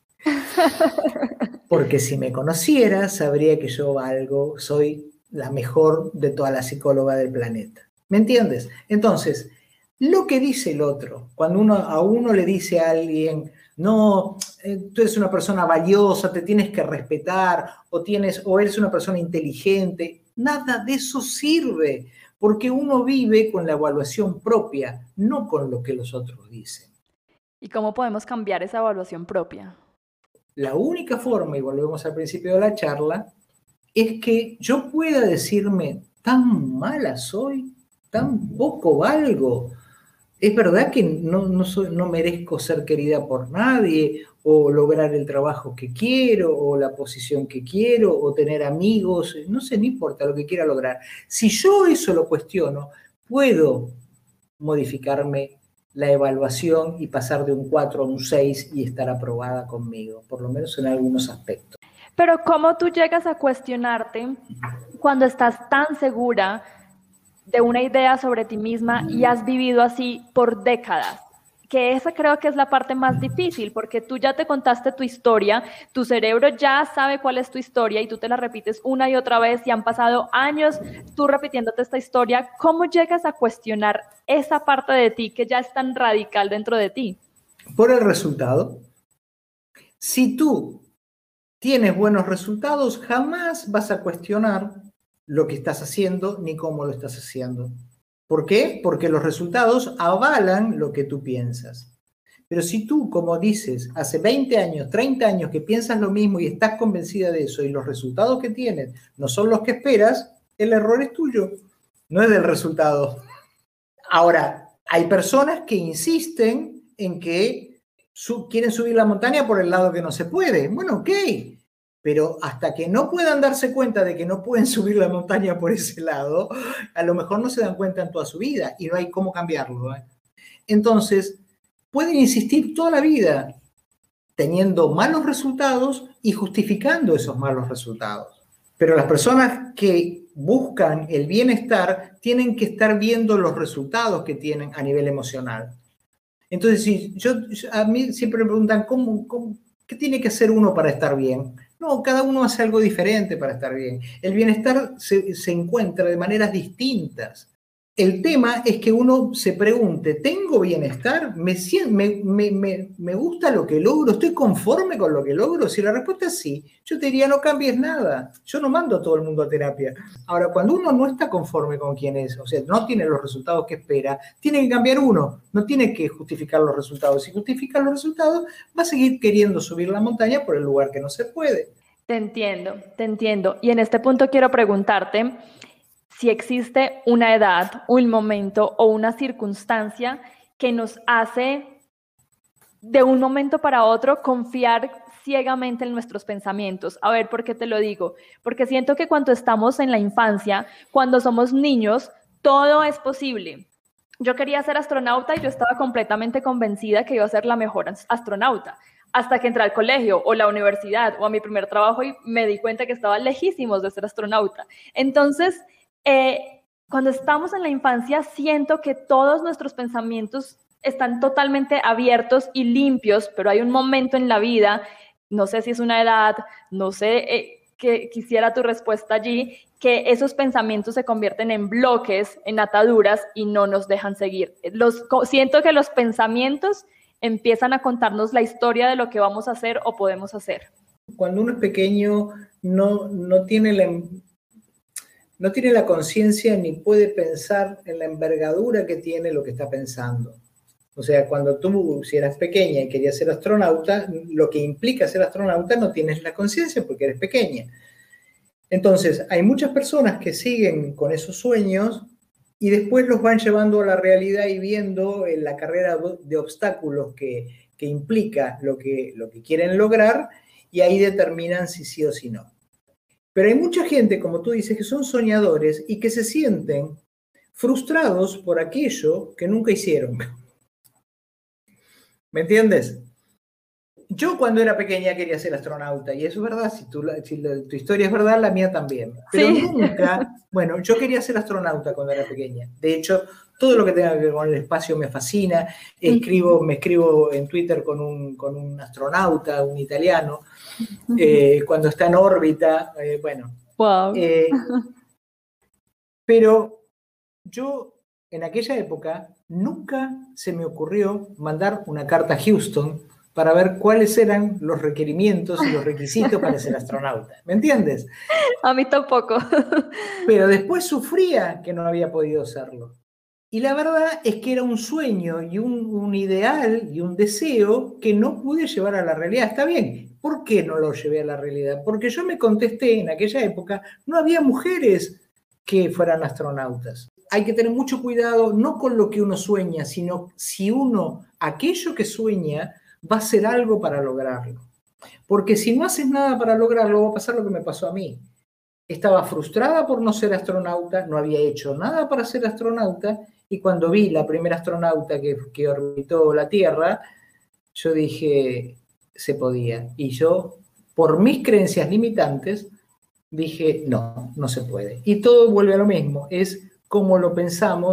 Porque si me conociera, sabría que yo valgo, soy la mejor de toda la psicóloga del planeta. ¿Me entiendes? Entonces, lo que dice el otro, cuando uno, a uno le dice a alguien, no, eh, tú eres una persona valiosa, te tienes que respetar, o, tienes, o eres una persona inteligente, nada de eso sirve, porque uno vive con la evaluación propia, no con lo que los otros dicen. ¿Y cómo podemos cambiar esa evaluación propia? La única forma, y volvemos al principio de la charla, es que yo pueda decirme, tan mala soy, tan poco valgo. Es verdad que no, no, soy, no merezco ser querida por nadie, o lograr el trabajo que quiero, o la posición que quiero, o tener amigos, no sé, no importa lo que quiera lograr. Si yo eso lo cuestiono, puedo modificarme la evaluación y pasar de un cuatro a un seis y estar aprobada conmigo, por lo menos en algunos aspectos. Pero ¿cómo tú llegas a cuestionarte cuando estás tan segura de una idea sobre ti misma y has vivido así por décadas? que esa creo que es la parte más difícil, porque tú ya te contaste tu historia, tu cerebro ya sabe cuál es tu historia y tú te la repites una y otra vez y han pasado años tú repitiéndote esta historia. ¿Cómo llegas a cuestionar esa parte de ti que ya es tan radical dentro de ti? Por el resultado. Si tú tienes buenos resultados, jamás vas a cuestionar lo que estás haciendo ni cómo lo estás haciendo. ¿Por qué? Porque los resultados avalan lo que tú piensas. Pero si tú, como dices, hace veinte años, treinta años que piensas lo mismo y estás convencida de eso y los resultados que tienes no son los que esperas, el error es tuyo, no es del resultado. Ahora, hay personas que insisten en que su, quieren subir la montaña por el lado que no se puede. Bueno, ok, pero hasta que no puedan darse cuenta de que no pueden subir la montaña por ese lado, a lo mejor no se dan cuenta en toda su vida y no hay cómo cambiarlo, ¿eh? Entonces, pueden insistir toda la vida teniendo malos resultados y justificando esos malos resultados. Pero las personas que buscan el bienestar tienen que estar viendo los resultados que tienen a nivel emocional. Entonces, si yo, a mí siempre me preguntan, ¿cómo, cómo, ¿qué tiene que hacer uno para estar bien? No, cada uno hace algo diferente para estar bien. El bienestar se, se encuentra de maneras distintas. El tema es que uno se pregunte, ¿tengo bienestar? ¿Me, me, me, me, ¿Me gusta lo que logro? ¿Estoy conforme con lo que logro? Si la respuesta es sí, yo te diría no cambies nada. Yo no mando a todo el mundo a terapia. Ahora, cuando uno no está conforme con quién es, o sea, no tiene los resultados que espera, tiene que cambiar uno, no tiene que justificar los resultados. Si justifica los resultados, va a seguir queriendo subir la montaña por el lugar que no se puede. Te entiendo, te entiendo. Y en este punto quiero preguntarte si existe una edad, un momento o una circunstancia que nos hace de un momento para otro confiar ciegamente en nuestros pensamientos. A ver, ¿por qué te lo digo? Porque siento que cuando estamos en la infancia, cuando somos niños, todo es posible. Yo quería ser astronauta y yo estaba completamente convencida que iba a ser la mejor astronauta. Hasta que entré al colegio o la universidad o a mi primer trabajo y me di cuenta que estaba lejísimos de ser astronauta. Entonces, Eh, cuando estamos en la infancia, siento que todos nuestros pensamientos están totalmente abiertos y limpios, pero hay un momento en la vida, no sé si es una edad, no sé, eh, que quisiera tu respuesta allí, que esos pensamientos se convierten en bloques, en ataduras y no nos dejan seguir. Los, siento que los pensamientos empiezan a contarnos la historia de lo que vamos a hacer o podemos hacer. Cuando uno es pequeño, no, no tiene la... no tiene la conciencia ni puede pensar en la envergadura que tiene lo que está pensando. O sea, cuando tú, si eras pequeña y querías ser astronauta, lo que implica ser astronauta no tienes la conciencia porque eres pequeña. Entonces, hay muchas personas que siguen con esos sueños y después los van llevando a la realidad y viendo en la carrera de obstáculos que, que implica lo que, lo que quieren lograr y ahí determinan si sí o si no. Pero hay mucha gente, como tú dices, que son soñadores y que se sienten frustrados por aquello que nunca hicieron. ¿Me entiendes? Yo cuando era pequeña quería ser astronauta, y eso es verdad, si, tú, si la, tu historia es verdad, la mía también. Pero sí. Nunca, bueno, yo quería ser astronauta cuando era pequeña. De hecho, todo lo que tenga que ver con el espacio me fascina. Escribo, me escribo en Twitter con un, con un astronauta, un italiano, eh, cuando está en órbita, eh, bueno. Wow. Eh, pero yo, en aquella época, nunca se me ocurrió mandar una carta a Houston para ver cuáles eran los requerimientos y los requisitos para ser astronauta. ¿Me entiendes? A mí tampoco. Pero después sufría que no había podido hacerlo. Y la verdad es que era un sueño y un, un ideal y un deseo que no pude llevar a la realidad. Está bien, ¿por qué no lo llevé a la realidad? Porque yo me contesté, en aquella época, no había mujeres que fueran astronautas. Hay que tener mucho cuidado, no con lo que uno sueña, sino si uno, aquello que sueña, va a hacer algo para lograrlo. Porque si no haces nada para lograrlo, va a pasar lo que me pasó a mí. Estaba frustrada por no ser astronauta, no había hecho nada para ser astronauta, y cuando vi la primera astronauta que, que orbitó la Tierra, yo dije, se podía. Y yo, por mis creencias limitantes, dije, no, no se puede. Y todo vuelve a lo mismo, es como lo pensamos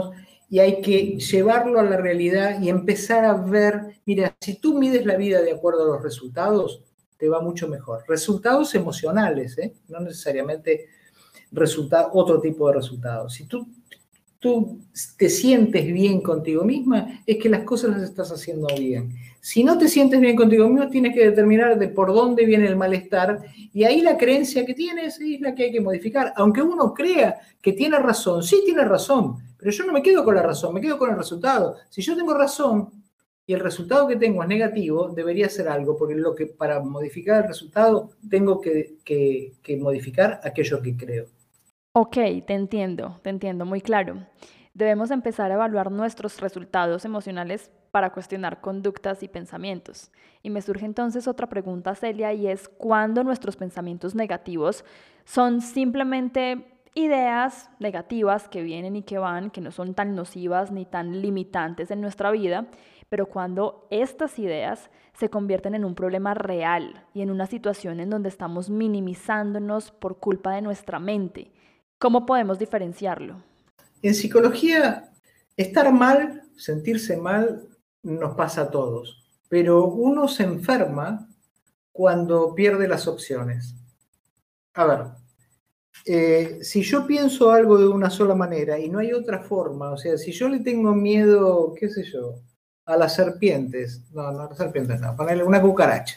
y hay que llevarlo a la realidad y empezar a ver, mira, si tú mides la vida de acuerdo a los resultados, te va mucho mejor. Resultados emocionales, ¿eh? No necesariamente resulta, otro tipo de resultados. Si tú, tú te sientes bien contigo misma, es que las cosas las estás haciendo bien. Si no te sientes bien contigo mismo, tienes que determinar de por dónde viene el malestar, y ahí la creencia que tienes es la que hay que modificar. Aunque uno crea que tiene razón, sí tiene razón, pero yo no me quedo con la razón, me quedo con el resultado. Si yo tengo razón y el resultado que tengo es negativo, debería hacer algo, porque lo que, para modificar el resultado tengo que, que, que modificar aquello que creo. Ok, te entiendo, te entiendo muy claro. Debemos empezar a evaluar nuestros resultados emocionales para cuestionar conductas y pensamientos. Y me surge entonces otra pregunta, Celia, y es ¿cuándo nuestros pensamientos negativos son simplemente ideas negativas que vienen y que van, que no son tan nocivas ni tan limitantes en nuestra vida, pero cuando estas ideas se convierten en un problema real y en una situación en donde estamos minimizándonos por culpa de nuestra mente? ¿Cómo podemos diferenciarlo? En psicología, estar mal, sentirse mal, nos pasa a todos, pero uno se enferma cuando pierde las opciones. A ver, eh, si yo pienso algo de una sola manera y no hay otra forma, o sea, si yo le tengo miedo, qué sé yo, a las serpientes, no, no a las serpientes, no, ponerle una cucaracha,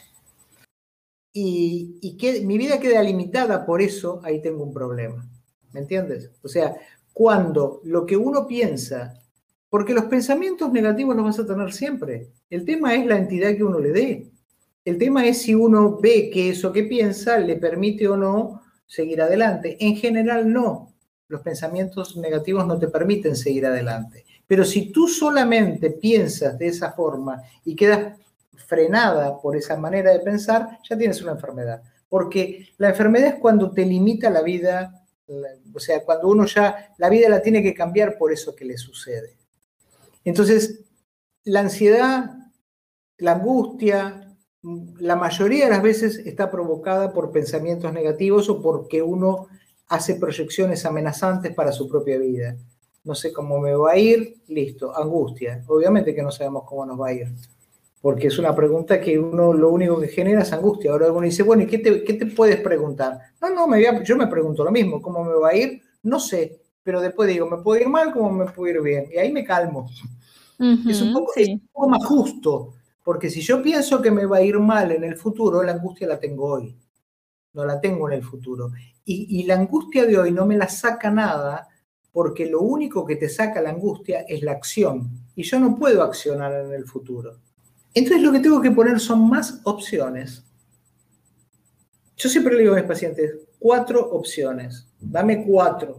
y, y que mi vida queda limitada por eso, ahí tengo un problema. ¿Me entiendes? O sea, cuando lo que uno piensa, porque los pensamientos negativos los vas a tener siempre. El tema es la entidad que uno le dé. El tema es si uno ve que eso que piensa le permite o no seguir adelante. En general no. Los pensamientos negativos no te permiten seguir adelante. Pero si tú solamente piensas de esa forma y quedas frenada por esa manera de pensar, ya tienes una enfermedad. Porque la enfermedad es cuando te limita la vida. O sea, cuando uno ya, la vida la tiene que cambiar por eso que le sucede. Entonces, la ansiedad, la angustia, la mayoría de las veces está provocada por pensamientos negativos o porque uno hace proyecciones amenazantes para su propia vida. No sé cómo me va a ir, listo, angustia. Obviamente que no sabemos cómo nos va a ir, porque es una pregunta que uno lo único que genera es angustia. Ahora uno dice, bueno, ¿y qué te, qué te puedes preguntar? No, no, me voy a, yo me pregunto lo mismo, ¿cómo me va a ir? No sé, pero después digo, ¿me puedo ir mal? ¿Cómo me puedo ir bien? Y ahí me calmo. Uh-huh, es, un poco, sí. es un poco más justo, porque si yo pienso que me va a ir mal en el futuro, la angustia la tengo hoy, no la tengo en el futuro. Y, y la angustia de hoy no me la saca nada, porque lo único que te saca la angustia es la acción, y yo no puedo accionar en el futuro. Entonces lo que tengo que poner son más opciones. Yo siempre le digo a mis pacientes, cuatro opciones, dame cuatro.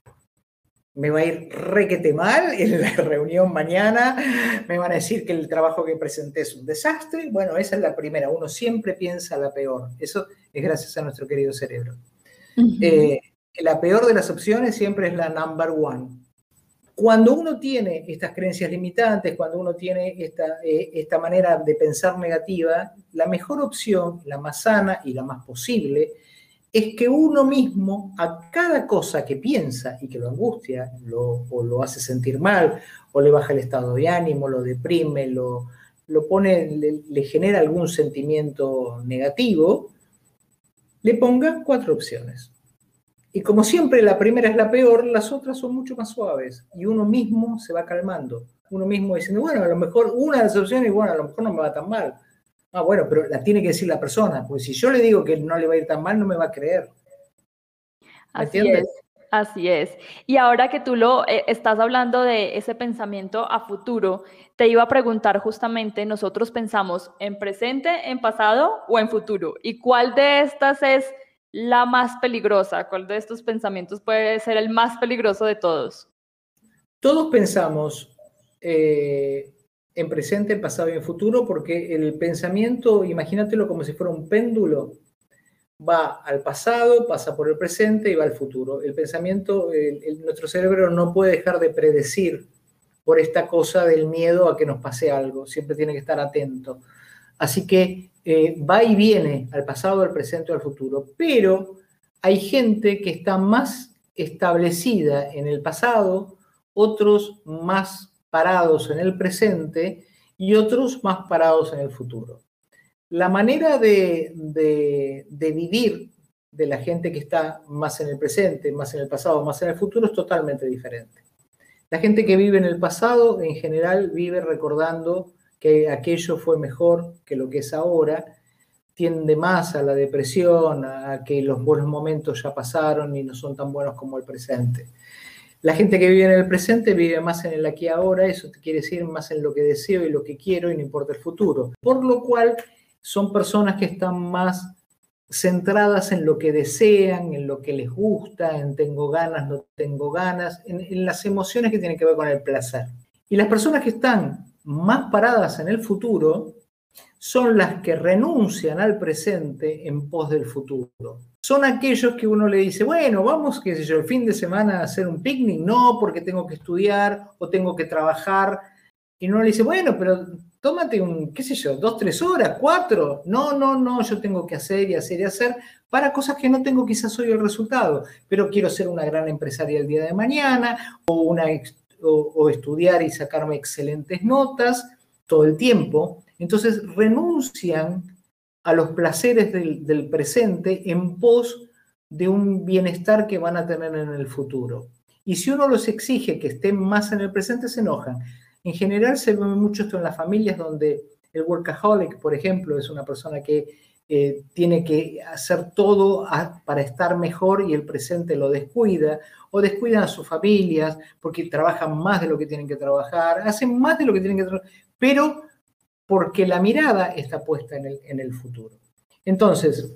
Me va a ir requete mal en la reunión mañana, me van a decir que el trabajo que presenté es un desastre. Bueno, esa es la primera, uno siempre piensa la peor. Eso es gracias a nuestro querido cerebro. Uh-huh. eh, la peor de las opciones siempre es la number one. Cuando uno tiene estas creencias limitantes, cuando uno tiene esta, eh, esta manera de pensar negativa, la mejor opción, la más sana y la más posible, es que uno mismo a cada cosa que piensa y que lo angustia, lo, o lo hace sentir mal, o le baja el estado de ánimo, lo deprime, lo, lo pone, le, le genera algún sentimiento negativo, le ponga cuatro opciones. Y como siempre la primera es la peor, las otras son mucho más suaves. Y uno mismo se va calmando. Uno mismo diciendo, bueno, a lo mejor una de las opciones, bueno, a lo mejor no me va tan mal. Ah, bueno, pero la tiene que decir la persona. Porque si yo le digo que no le va a ir tan mal, no me va a creer. ¿Me Así entiendes? es. Así es. Y ahora que tú lo eh, estás hablando de ese pensamiento a futuro, te iba a preguntar justamente, nosotros pensamos en presente, en pasado o en futuro. ¿Y cuál de estas es la más peligrosa? ¿Cuál de estos pensamientos puede ser el más peligroso de todos? Todos pensamos eh, en presente, en pasado y en futuro, porque el pensamiento, imagínatelo como si fuera un péndulo, va al pasado, pasa por el presente y va al futuro. El pensamiento, el, el, nuestro cerebro no puede dejar de predecir por esta cosa del miedo a que nos pase algo, siempre tiene que estar atento. Así que eh, va y viene al pasado, al presente o al futuro, pero hay gente que está más establecida en el pasado otros más parados en el presente y otros más parados en el futuro. La manera de, de, de vivir de la gente que está más en el presente, más en el pasado, más en el futuro es totalmente diferente. La gente que vive en el pasado en general vive recordando que aquello fue mejor que lo que es ahora, tiende más a la depresión, a que los buenos momentos ya pasaron y no son tan buenos como el presente. La gente que vive en el presente vive más en el aquí y ahora, eso te quiere decir más en lo que deseo y lo que quiero y no importa el futuro. Por lo cual son personas que están más centradas en lo que desean, en lo que les gusta, en tengo ganas, no tengo ganas, en, en las emociones que tienen que ver con el placer. Y las personas que están más paradas en el futuro son las que renuncian al presente en pos del futuro. Son aquellos que uno le dice, bueno, vamos, qué sé yo, el fin de semana a hacer un picnic, no, porque tengo que estudiar o tengo que trabajar. Y uno le dice, bueno, pero tómate un, qué sé yo, dos, tres horas, cuatro. No, no, no, yo tengo que hacer y hacer y hacer para cosas que no tengo quizás hoy el resultado, pero quiero ser una gran empresaria el día de mañana o, una, o, o estudiar y sacarme excelentes notas todo el tiempo. Entonces renuncian a los placeres del, del presente en pos de un bienestar que van a tener en el futuro. Y si uno los exige que estén más en el presente, se enojan. En general se ve mucho esto en las familias donde el workaholic, por ejemplo, es una persona que eh, tiene que hacer todo a, para estar mejor y el presente lo descuida, o descuidan a sus familias porque trabajan más de lo que tienen que trabajar, hacen más de lo que tienen que trabajar, pero porque la mirada está puesta en el, en el futuro. Entonces,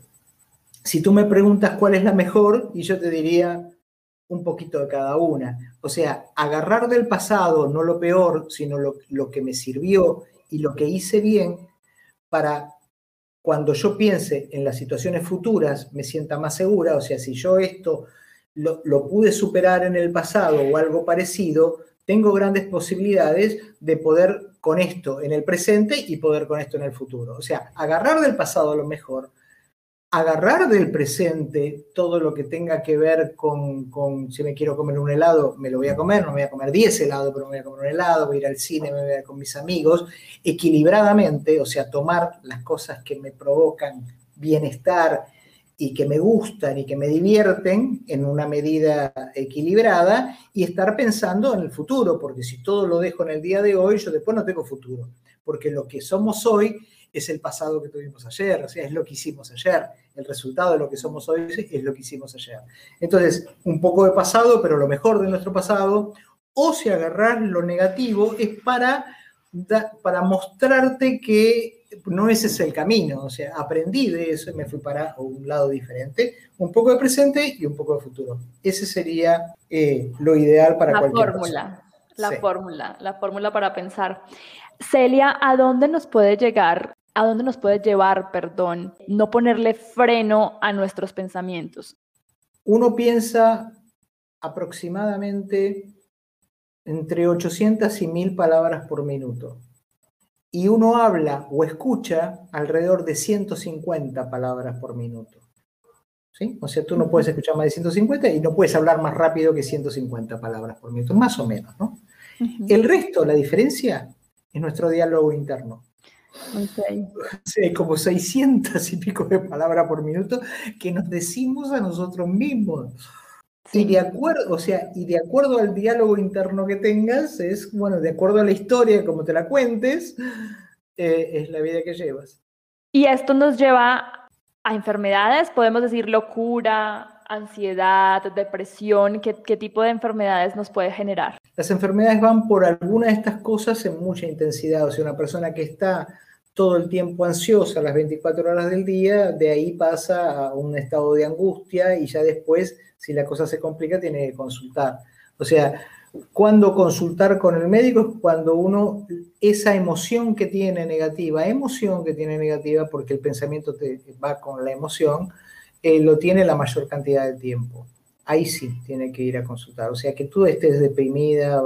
si tú me preguntas cuál es la mejor, y yo te diría un poquito de cada una. O sea, agarrar del pasado, no lo peor, sino lo, lo que me sirvió y lo que hice bien, para cuando yo piense en las situaciones futuras, me sienta más segura. O sea, si yo esto lo, lo pude superar en el pasado o algo parecido, tengo grandes posibilidades de poder con esto en el presente y poder con esto en el futuro. O sea, agarrar del pasado lo mejor, agarrar del presente todo lo que tenga que ver con, con si me quiero comer un helado, me lo voy a comer, no me voy a comer diez helados, pero me voy a comer un helado, voy a ir al cine, me voy a ir con mis amigos, equilibradamente, o sea, tomar las cosas que me provocan bienestar y que me gustan y que me divierten en una medida equilibrada y estar pensando en el futuro, porque si todo lo dejo en el día de hoy, yo después no tengo futuro, porque lo que somos hoy es el pasado que tuvimos ayer, o sea, es lo que hicimos ayer, el resultado de lo que somos hoy es lo que hicimos ayer. Entonces, un poco de pasado, pero lo mejor de nuestro pasado, o si agarrar lo negativo es para, para mostrarte que no ese es el camino, o sea, aprendí de eso y me fui para un lado diferente, un poco de presente y un poco de futuro. Ese sería eh, lo ideal para la cualquier fórmula, persona. la Sí. fórmula, la fórmula para pensar. Celia, ¿a dónde nos puede llegar, a dónde nos puede llevar, perdón, no ponerle freno a nuestros pensamientos? Uno piensa aproximadamente entre ochocientas y mil palabras por minuto. Y uno habla o escucha alrededor de ciento cincuenta palabras por minuto. ¿Sí? O sea, tú no puedes escuchar más de ciento cincuenta y no puedes hablar más rápido que ciento cincuenta palabras por minuto, más o menos, ¿no? Uh-huh. El resto, la diferencia, es nuestro diálogo interno. Okay. O sea, hay como seiscientas y pico de palabras por minuto que nos decimos a nosotros mismos. Sí. Y de acuerdo, o sea, y de acuerdo al diálogo interno que tengas, es, bueno, de acuerdo a la historia, como te la cuentes, eh, es la vida que llevas. Y esto nos lleva a enfermedades, podemos decir locura, ansiedad, depresión, ¿qué, qué tipo de enfermedades nos puede generar? Las enfermedades van por alguna de estas cosas en mucha intensidad, o sea, una persona que está todo el tiempo ansiosa las veinticuatro horas del día, de ahí pasa a un estado de angustia y ya después, si la cosa se complica, tiene que consultar. O sea, ¿cuándo consultar con el médico? Es cuando uno, esa emoción que tiene negativa, emoción que tiene negativa, porque el pensamiento te va con la emoción, eh, lo tiene la mayor cantidad de tiempo. Ahí sí tiene que ir a consultar. O sea, que tú estés deprimida,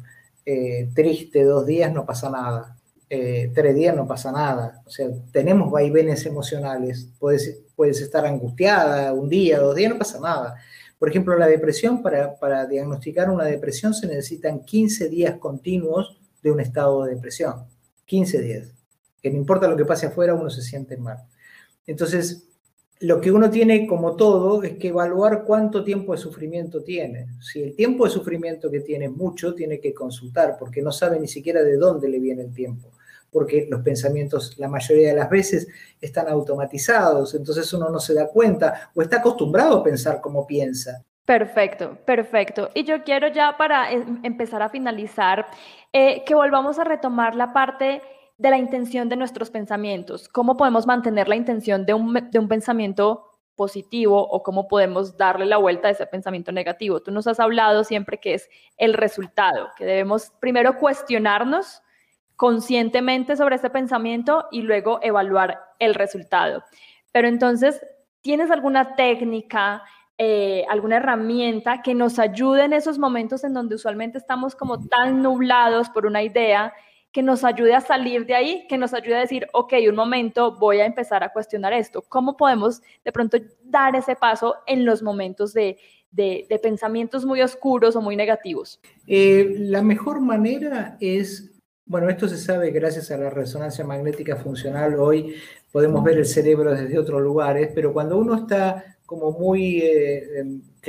eh, triste dos días, no pasa nada. Eh, tres días no pasa nada. O sea, tenemos vaivenes emocionales. Puedes, puedes estar angustiada un día, dos días, no pasa nada. Por ejemplo, la depresión, para, para diagnosticar una depresión se necesitan quince días continuos de un estado de depresión. quince días. Que no importa lo que pase afuera, uno se siente mal. Entonces, lo que uno tiene, como todo, es que evaluar cuánto tiempo de sufrimiento tiene. Si el tiempo de sufrimiento que tiene es mucho, tiene que consultar, porque no sabe ni siquiera de dónde le viene el tiempo. Porque los pensamientos, la mayoría de las veces, están automatizados, entonces uno no se da cuenta o está acostumbrado a pensar como piensa. Perfecto, perfecto. Y yo quiero ya para em- empezar a finalizar, eh, que volvamos a retomar la parte de la intención de nuestros pensamientos. ¿Cómo podemos mantener la intención de un, de un pensamiento positivo o cómo podemos darle la vuelta a ese pensamiento negativo? Tú nos has hablado siempre que es el resultado, que debemos primero cuestionarnos conscientemente sobre ese pensamiento y luego evaluar el resultado. Pero entonces, ¿tienes alguna técnica, eh, alguna herramienta que nos ayude en esos momentos en donde usualmente estamos como tan nublados por una idea, que nos ayude a salir de ahí, que nos ayude a decir, ok, un momento, voy a empezar a cuestionar esto? ¿Cómo podemos de pronto dar ese paso en los momentos de, de, de pensamientos muy oscuros o muy negativos? Eh, la mejor manera es, bueno, esto se sabe gracias a la resonancia magnética funcional. Hoy podemos ver el cerebro desde otros lugares, pero cuando uno está como muy eh,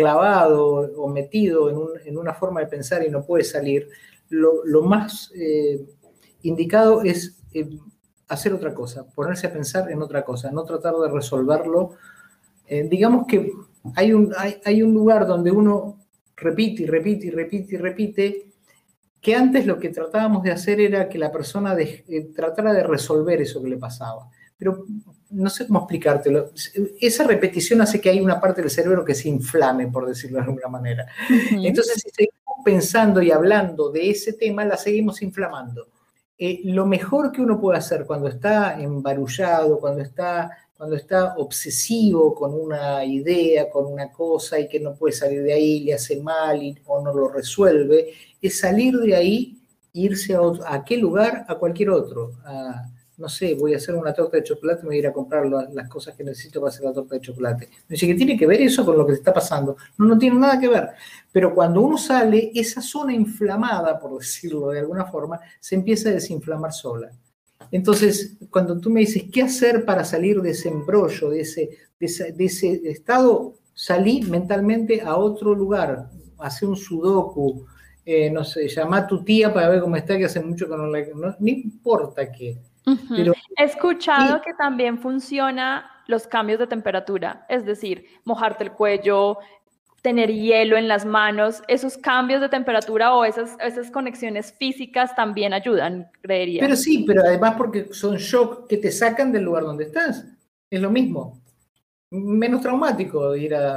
clavado o metido en, un, en una forma de pensar y no puede salir, lo, lo más eh, indicado es eh, hacer otra cosa, ponerse a pensar en otra cosa, no tratar de resolverlo. Eh, digamos que hay un, hay, hay un lugar donde uno repite y repite y repite y repite, que antes lo que tratábamos de hacer era que la persona de, eh, tratara de resolver eso que le pasaba. Pero no sé cómo explicártelo. Esa repetición hace que hay una parte del cerebro que se inflame, por decirlo de alguna manera. Uh-huh. Entonces, si seguimos pensando y hablando de ese tema, la seguimos inflamando. Eh, lo mejor que uno puede hacer cuando está embarullado, cuando está, cuando está obsesivo con una idea, con una cosa y que no puede salir de ahí, le hace mal y, o no lo resuelve, es salir de ahí, irse a, otro, a aquel lugar, a cualquier otro. A, no sé, voy a hacer una torta de chocolate, me voy a ir a comprar las, las cosas que necesito para hacer la torta de chocolate. Me dice, ¿qué tiene que ver eso con lo que te está pasando? No, no tiene nada que ver. Pero cuando uno sale, esa zona inflamada, por decirlo de alguna forma, se empieza a desinflamar sola. Entonces, cuando tú me dices, ¿qué hacer para salir de ese embrollo, de ese, de ese, de ese estado? Salí mentalmente a otro lugar, hacer un sudoku, eh, no sé, llama a tu tía para ver cómo está, que hace mucho que no la... No, no importa qué. Uh-huh. Pero, he escuchado y, que también funciona los cambios de temperatura, es decir, mojarte el cuello, tener hielo en las manos, esos cambios de temperatura o esas, esas conexiones físicas también ayudan, creería. Pero sí, pero además porque son shocks que te sacan del lugar donde estás. Es lo mismo. Menos traumático ir a,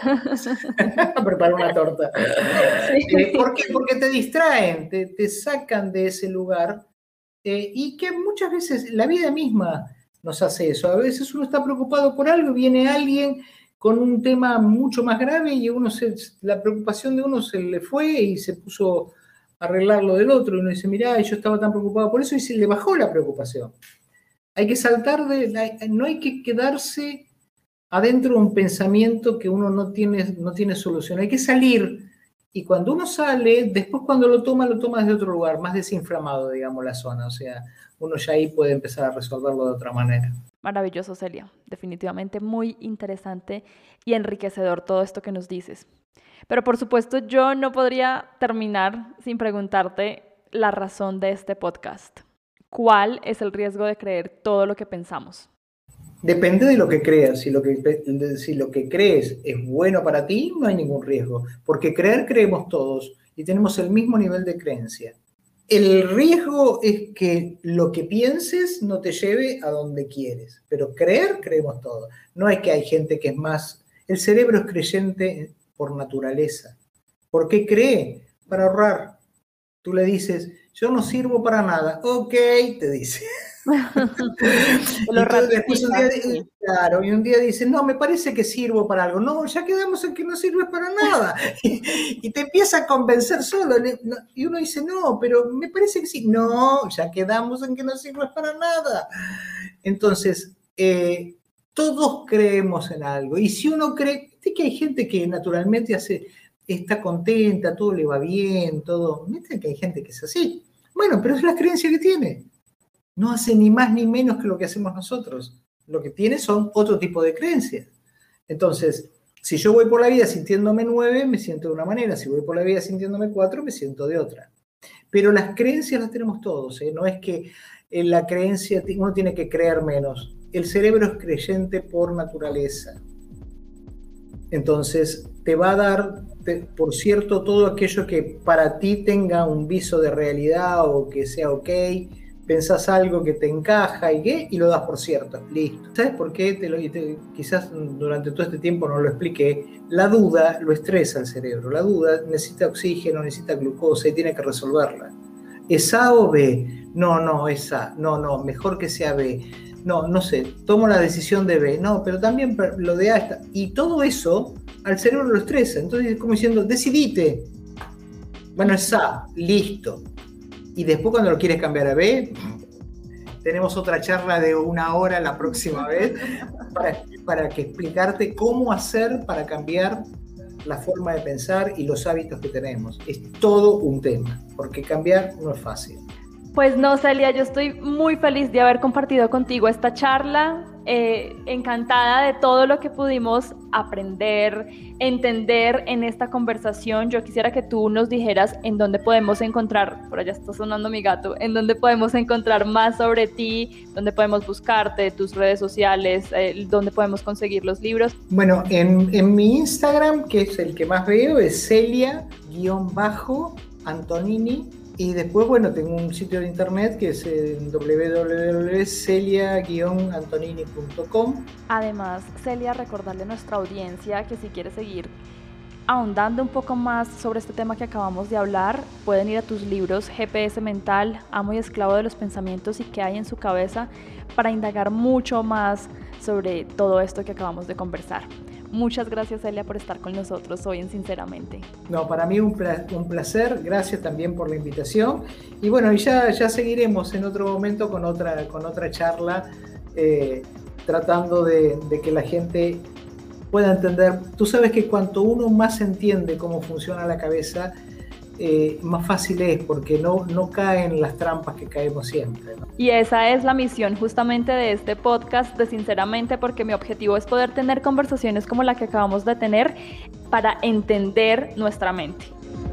a preparar una torta. Sí. Eh, ¿Por qué? Porque te distraen, te, te sacan de ese lugar eh, y que muchas veces la vida misma nos hace eso. A veces uno está preocupado por algo, viene alguien con un tema mucho más grave y uno se, la preocupación de uno se le fue y se puso a arreglar lo del otro. Y uno dice, mirá, yo estaba tan preocupado por eso, y se le bajó la preocupación. Hay que saltar de... No hay que quedarse adentro de un pensamiento que uno no tiene, no tiene solución. Hay que salir, y cuando uno sale, después cuando lo toma, lo toma desde otro lugar, más desinflamado, digamos, la zona. O sea, uno ya ahí puede empezar a resolverlo de otra manera. Maravilloso, Celia. Definitivamente muy interesante y enriquecedor todo esto que nos dices. Pero por supuesto, yo no podría terminar sin preguntarte la razón de este podcast. ¿Cuál es el riesgo de creer todo lo que pensamos? Depende de lo que creas. Si lo que, si lo que crees es bueno para ti, no hay ningún riesgo. Porque creer creemos todos y tenemos el mismo nivel de creencia. El riesgo es que lo que pienses no te lleve a donde quieres. Pero creer creemos todos. No es que hay gente que es más... El cerebro es creyente por naturaleza. ¿Por qué cree? Para ahorrar. Tú le dices, yo no sirvo para nada. Ok, te dice. Lo después un día, sí. Claro, y un día dice, no, me parece que sirvo para algo. No, ya quedamos en que no sirves para nada. y, y te empieza a convencer solo. Y uno dice, no, pero me parece que sí. No, ya quedamos en que no sirves para nada. Entonces, eh, todos creemos en algo. Y si uno cree, Viste que hay gente que naturalmente hace, está contenta, todo le va bien, todo. Viste que hay gente que es así. Bueno, pero es la creencia que tiene. No hace ni más ni menos que lo que hacemos nosotros. Lo que tiene son otro tipo de creencias. Entonces, si yo voy por la vida sintiéndome nueve, me siento de una manera. Si voy por la vida sintiéndome cuatro, me siento de otra. Pero las creencias las tenemos todos, ¿eh? No es que en la creencia uno tiene que creer menos. El cerebro es creyente por naturaleza. Entonces, te va a dar, te, por cierto, todo aquello que para ti tenga un viso de realidad o que sea ok. Pensás algo que te encaja y qué, y lo das por cierto, listo. ¿Sabes por qué? Te lo, te, quizás durante todo este tiempo no lo expliqué. La duda lo estresa al cerebro. La duda necesita oxígeno, necesita glucosa y tiene que resolverla. ¿Es A o B? No, no, es A. No, no, mejor que sea B. No, no sé, tomo la decisión de B. No, pero también lo de A está. Y todo eso al cerebro lo estresa. Entonces es como diciendo, decidite. Bueno, es A, listo. Y después cuando lo quieres cambiar a B, tenemos otra charla de una hora la próxima vez para, para que explicarte cómo hacer para cambiar la forma de pensar y los hábitos que tenemos. Es todo un tema, porque cambiar no es fácil. Pues no, Celia, yo estoy muy feliz de haber compartido contigo esta charla, eh, encantada de todo lo que pudimos aprender, entender en esta conversación. Yo quisiera que tú nos dijeras en dónde podemos encontrar, por allá está sonando mi gato, en dónde podemos encontrar más sobre ti, dónde podemos buscarte, tus redes sociales, eh, dónde podemos conseguir los libros. Bueno, en, en mi Instagram, que es el que más veo, es Celia-Antonini. Y después, bueno, tengo un sitio de internet que es doble u doble u doble u punto celia guion antonini punto com. Además, Celia, recordarle a nuestra audiencia que si quiere seguir ahondando un poco más sobre este tema que acabamos de hablar, pueden ir a tus libros G P S Mental, Amo y Esclavo de los Pensamientos y qué hay en su cabeza para indagar mucho más sobre todo esto que acabamos de conversar. Muchas gracias, Celia, por estar con nosotros hoy en Sinceramente. No, para mí un, pla- un placer, gracias también por la invitación. Y bueno, ya, ya seguiremos en otro momento con otra, con otra charla, eh, tratando de, de que la gente pueda entender. Tú sabes que cuanto uno más entiende cómo funciona la cabeza, eh, más fácil es, porque no, no caen las trampas que caemos siempre, ¿no? Y esa es la misión justamente de este podcast de Sinceramente, porque mi objetivo es poder tener conversaciones como la que acabamos de tener para entender nuestra mente.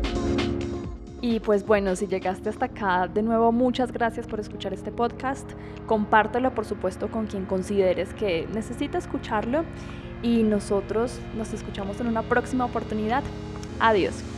Y pues bueno, si llegaste hasta acá, de nuevo muchas gracias por escuchar este podcast. Compártelo, por supuesto, con quien consideres que necesita escucharlo. Y nosotros nos escuchamos en una próxima oportunidad. Adiós.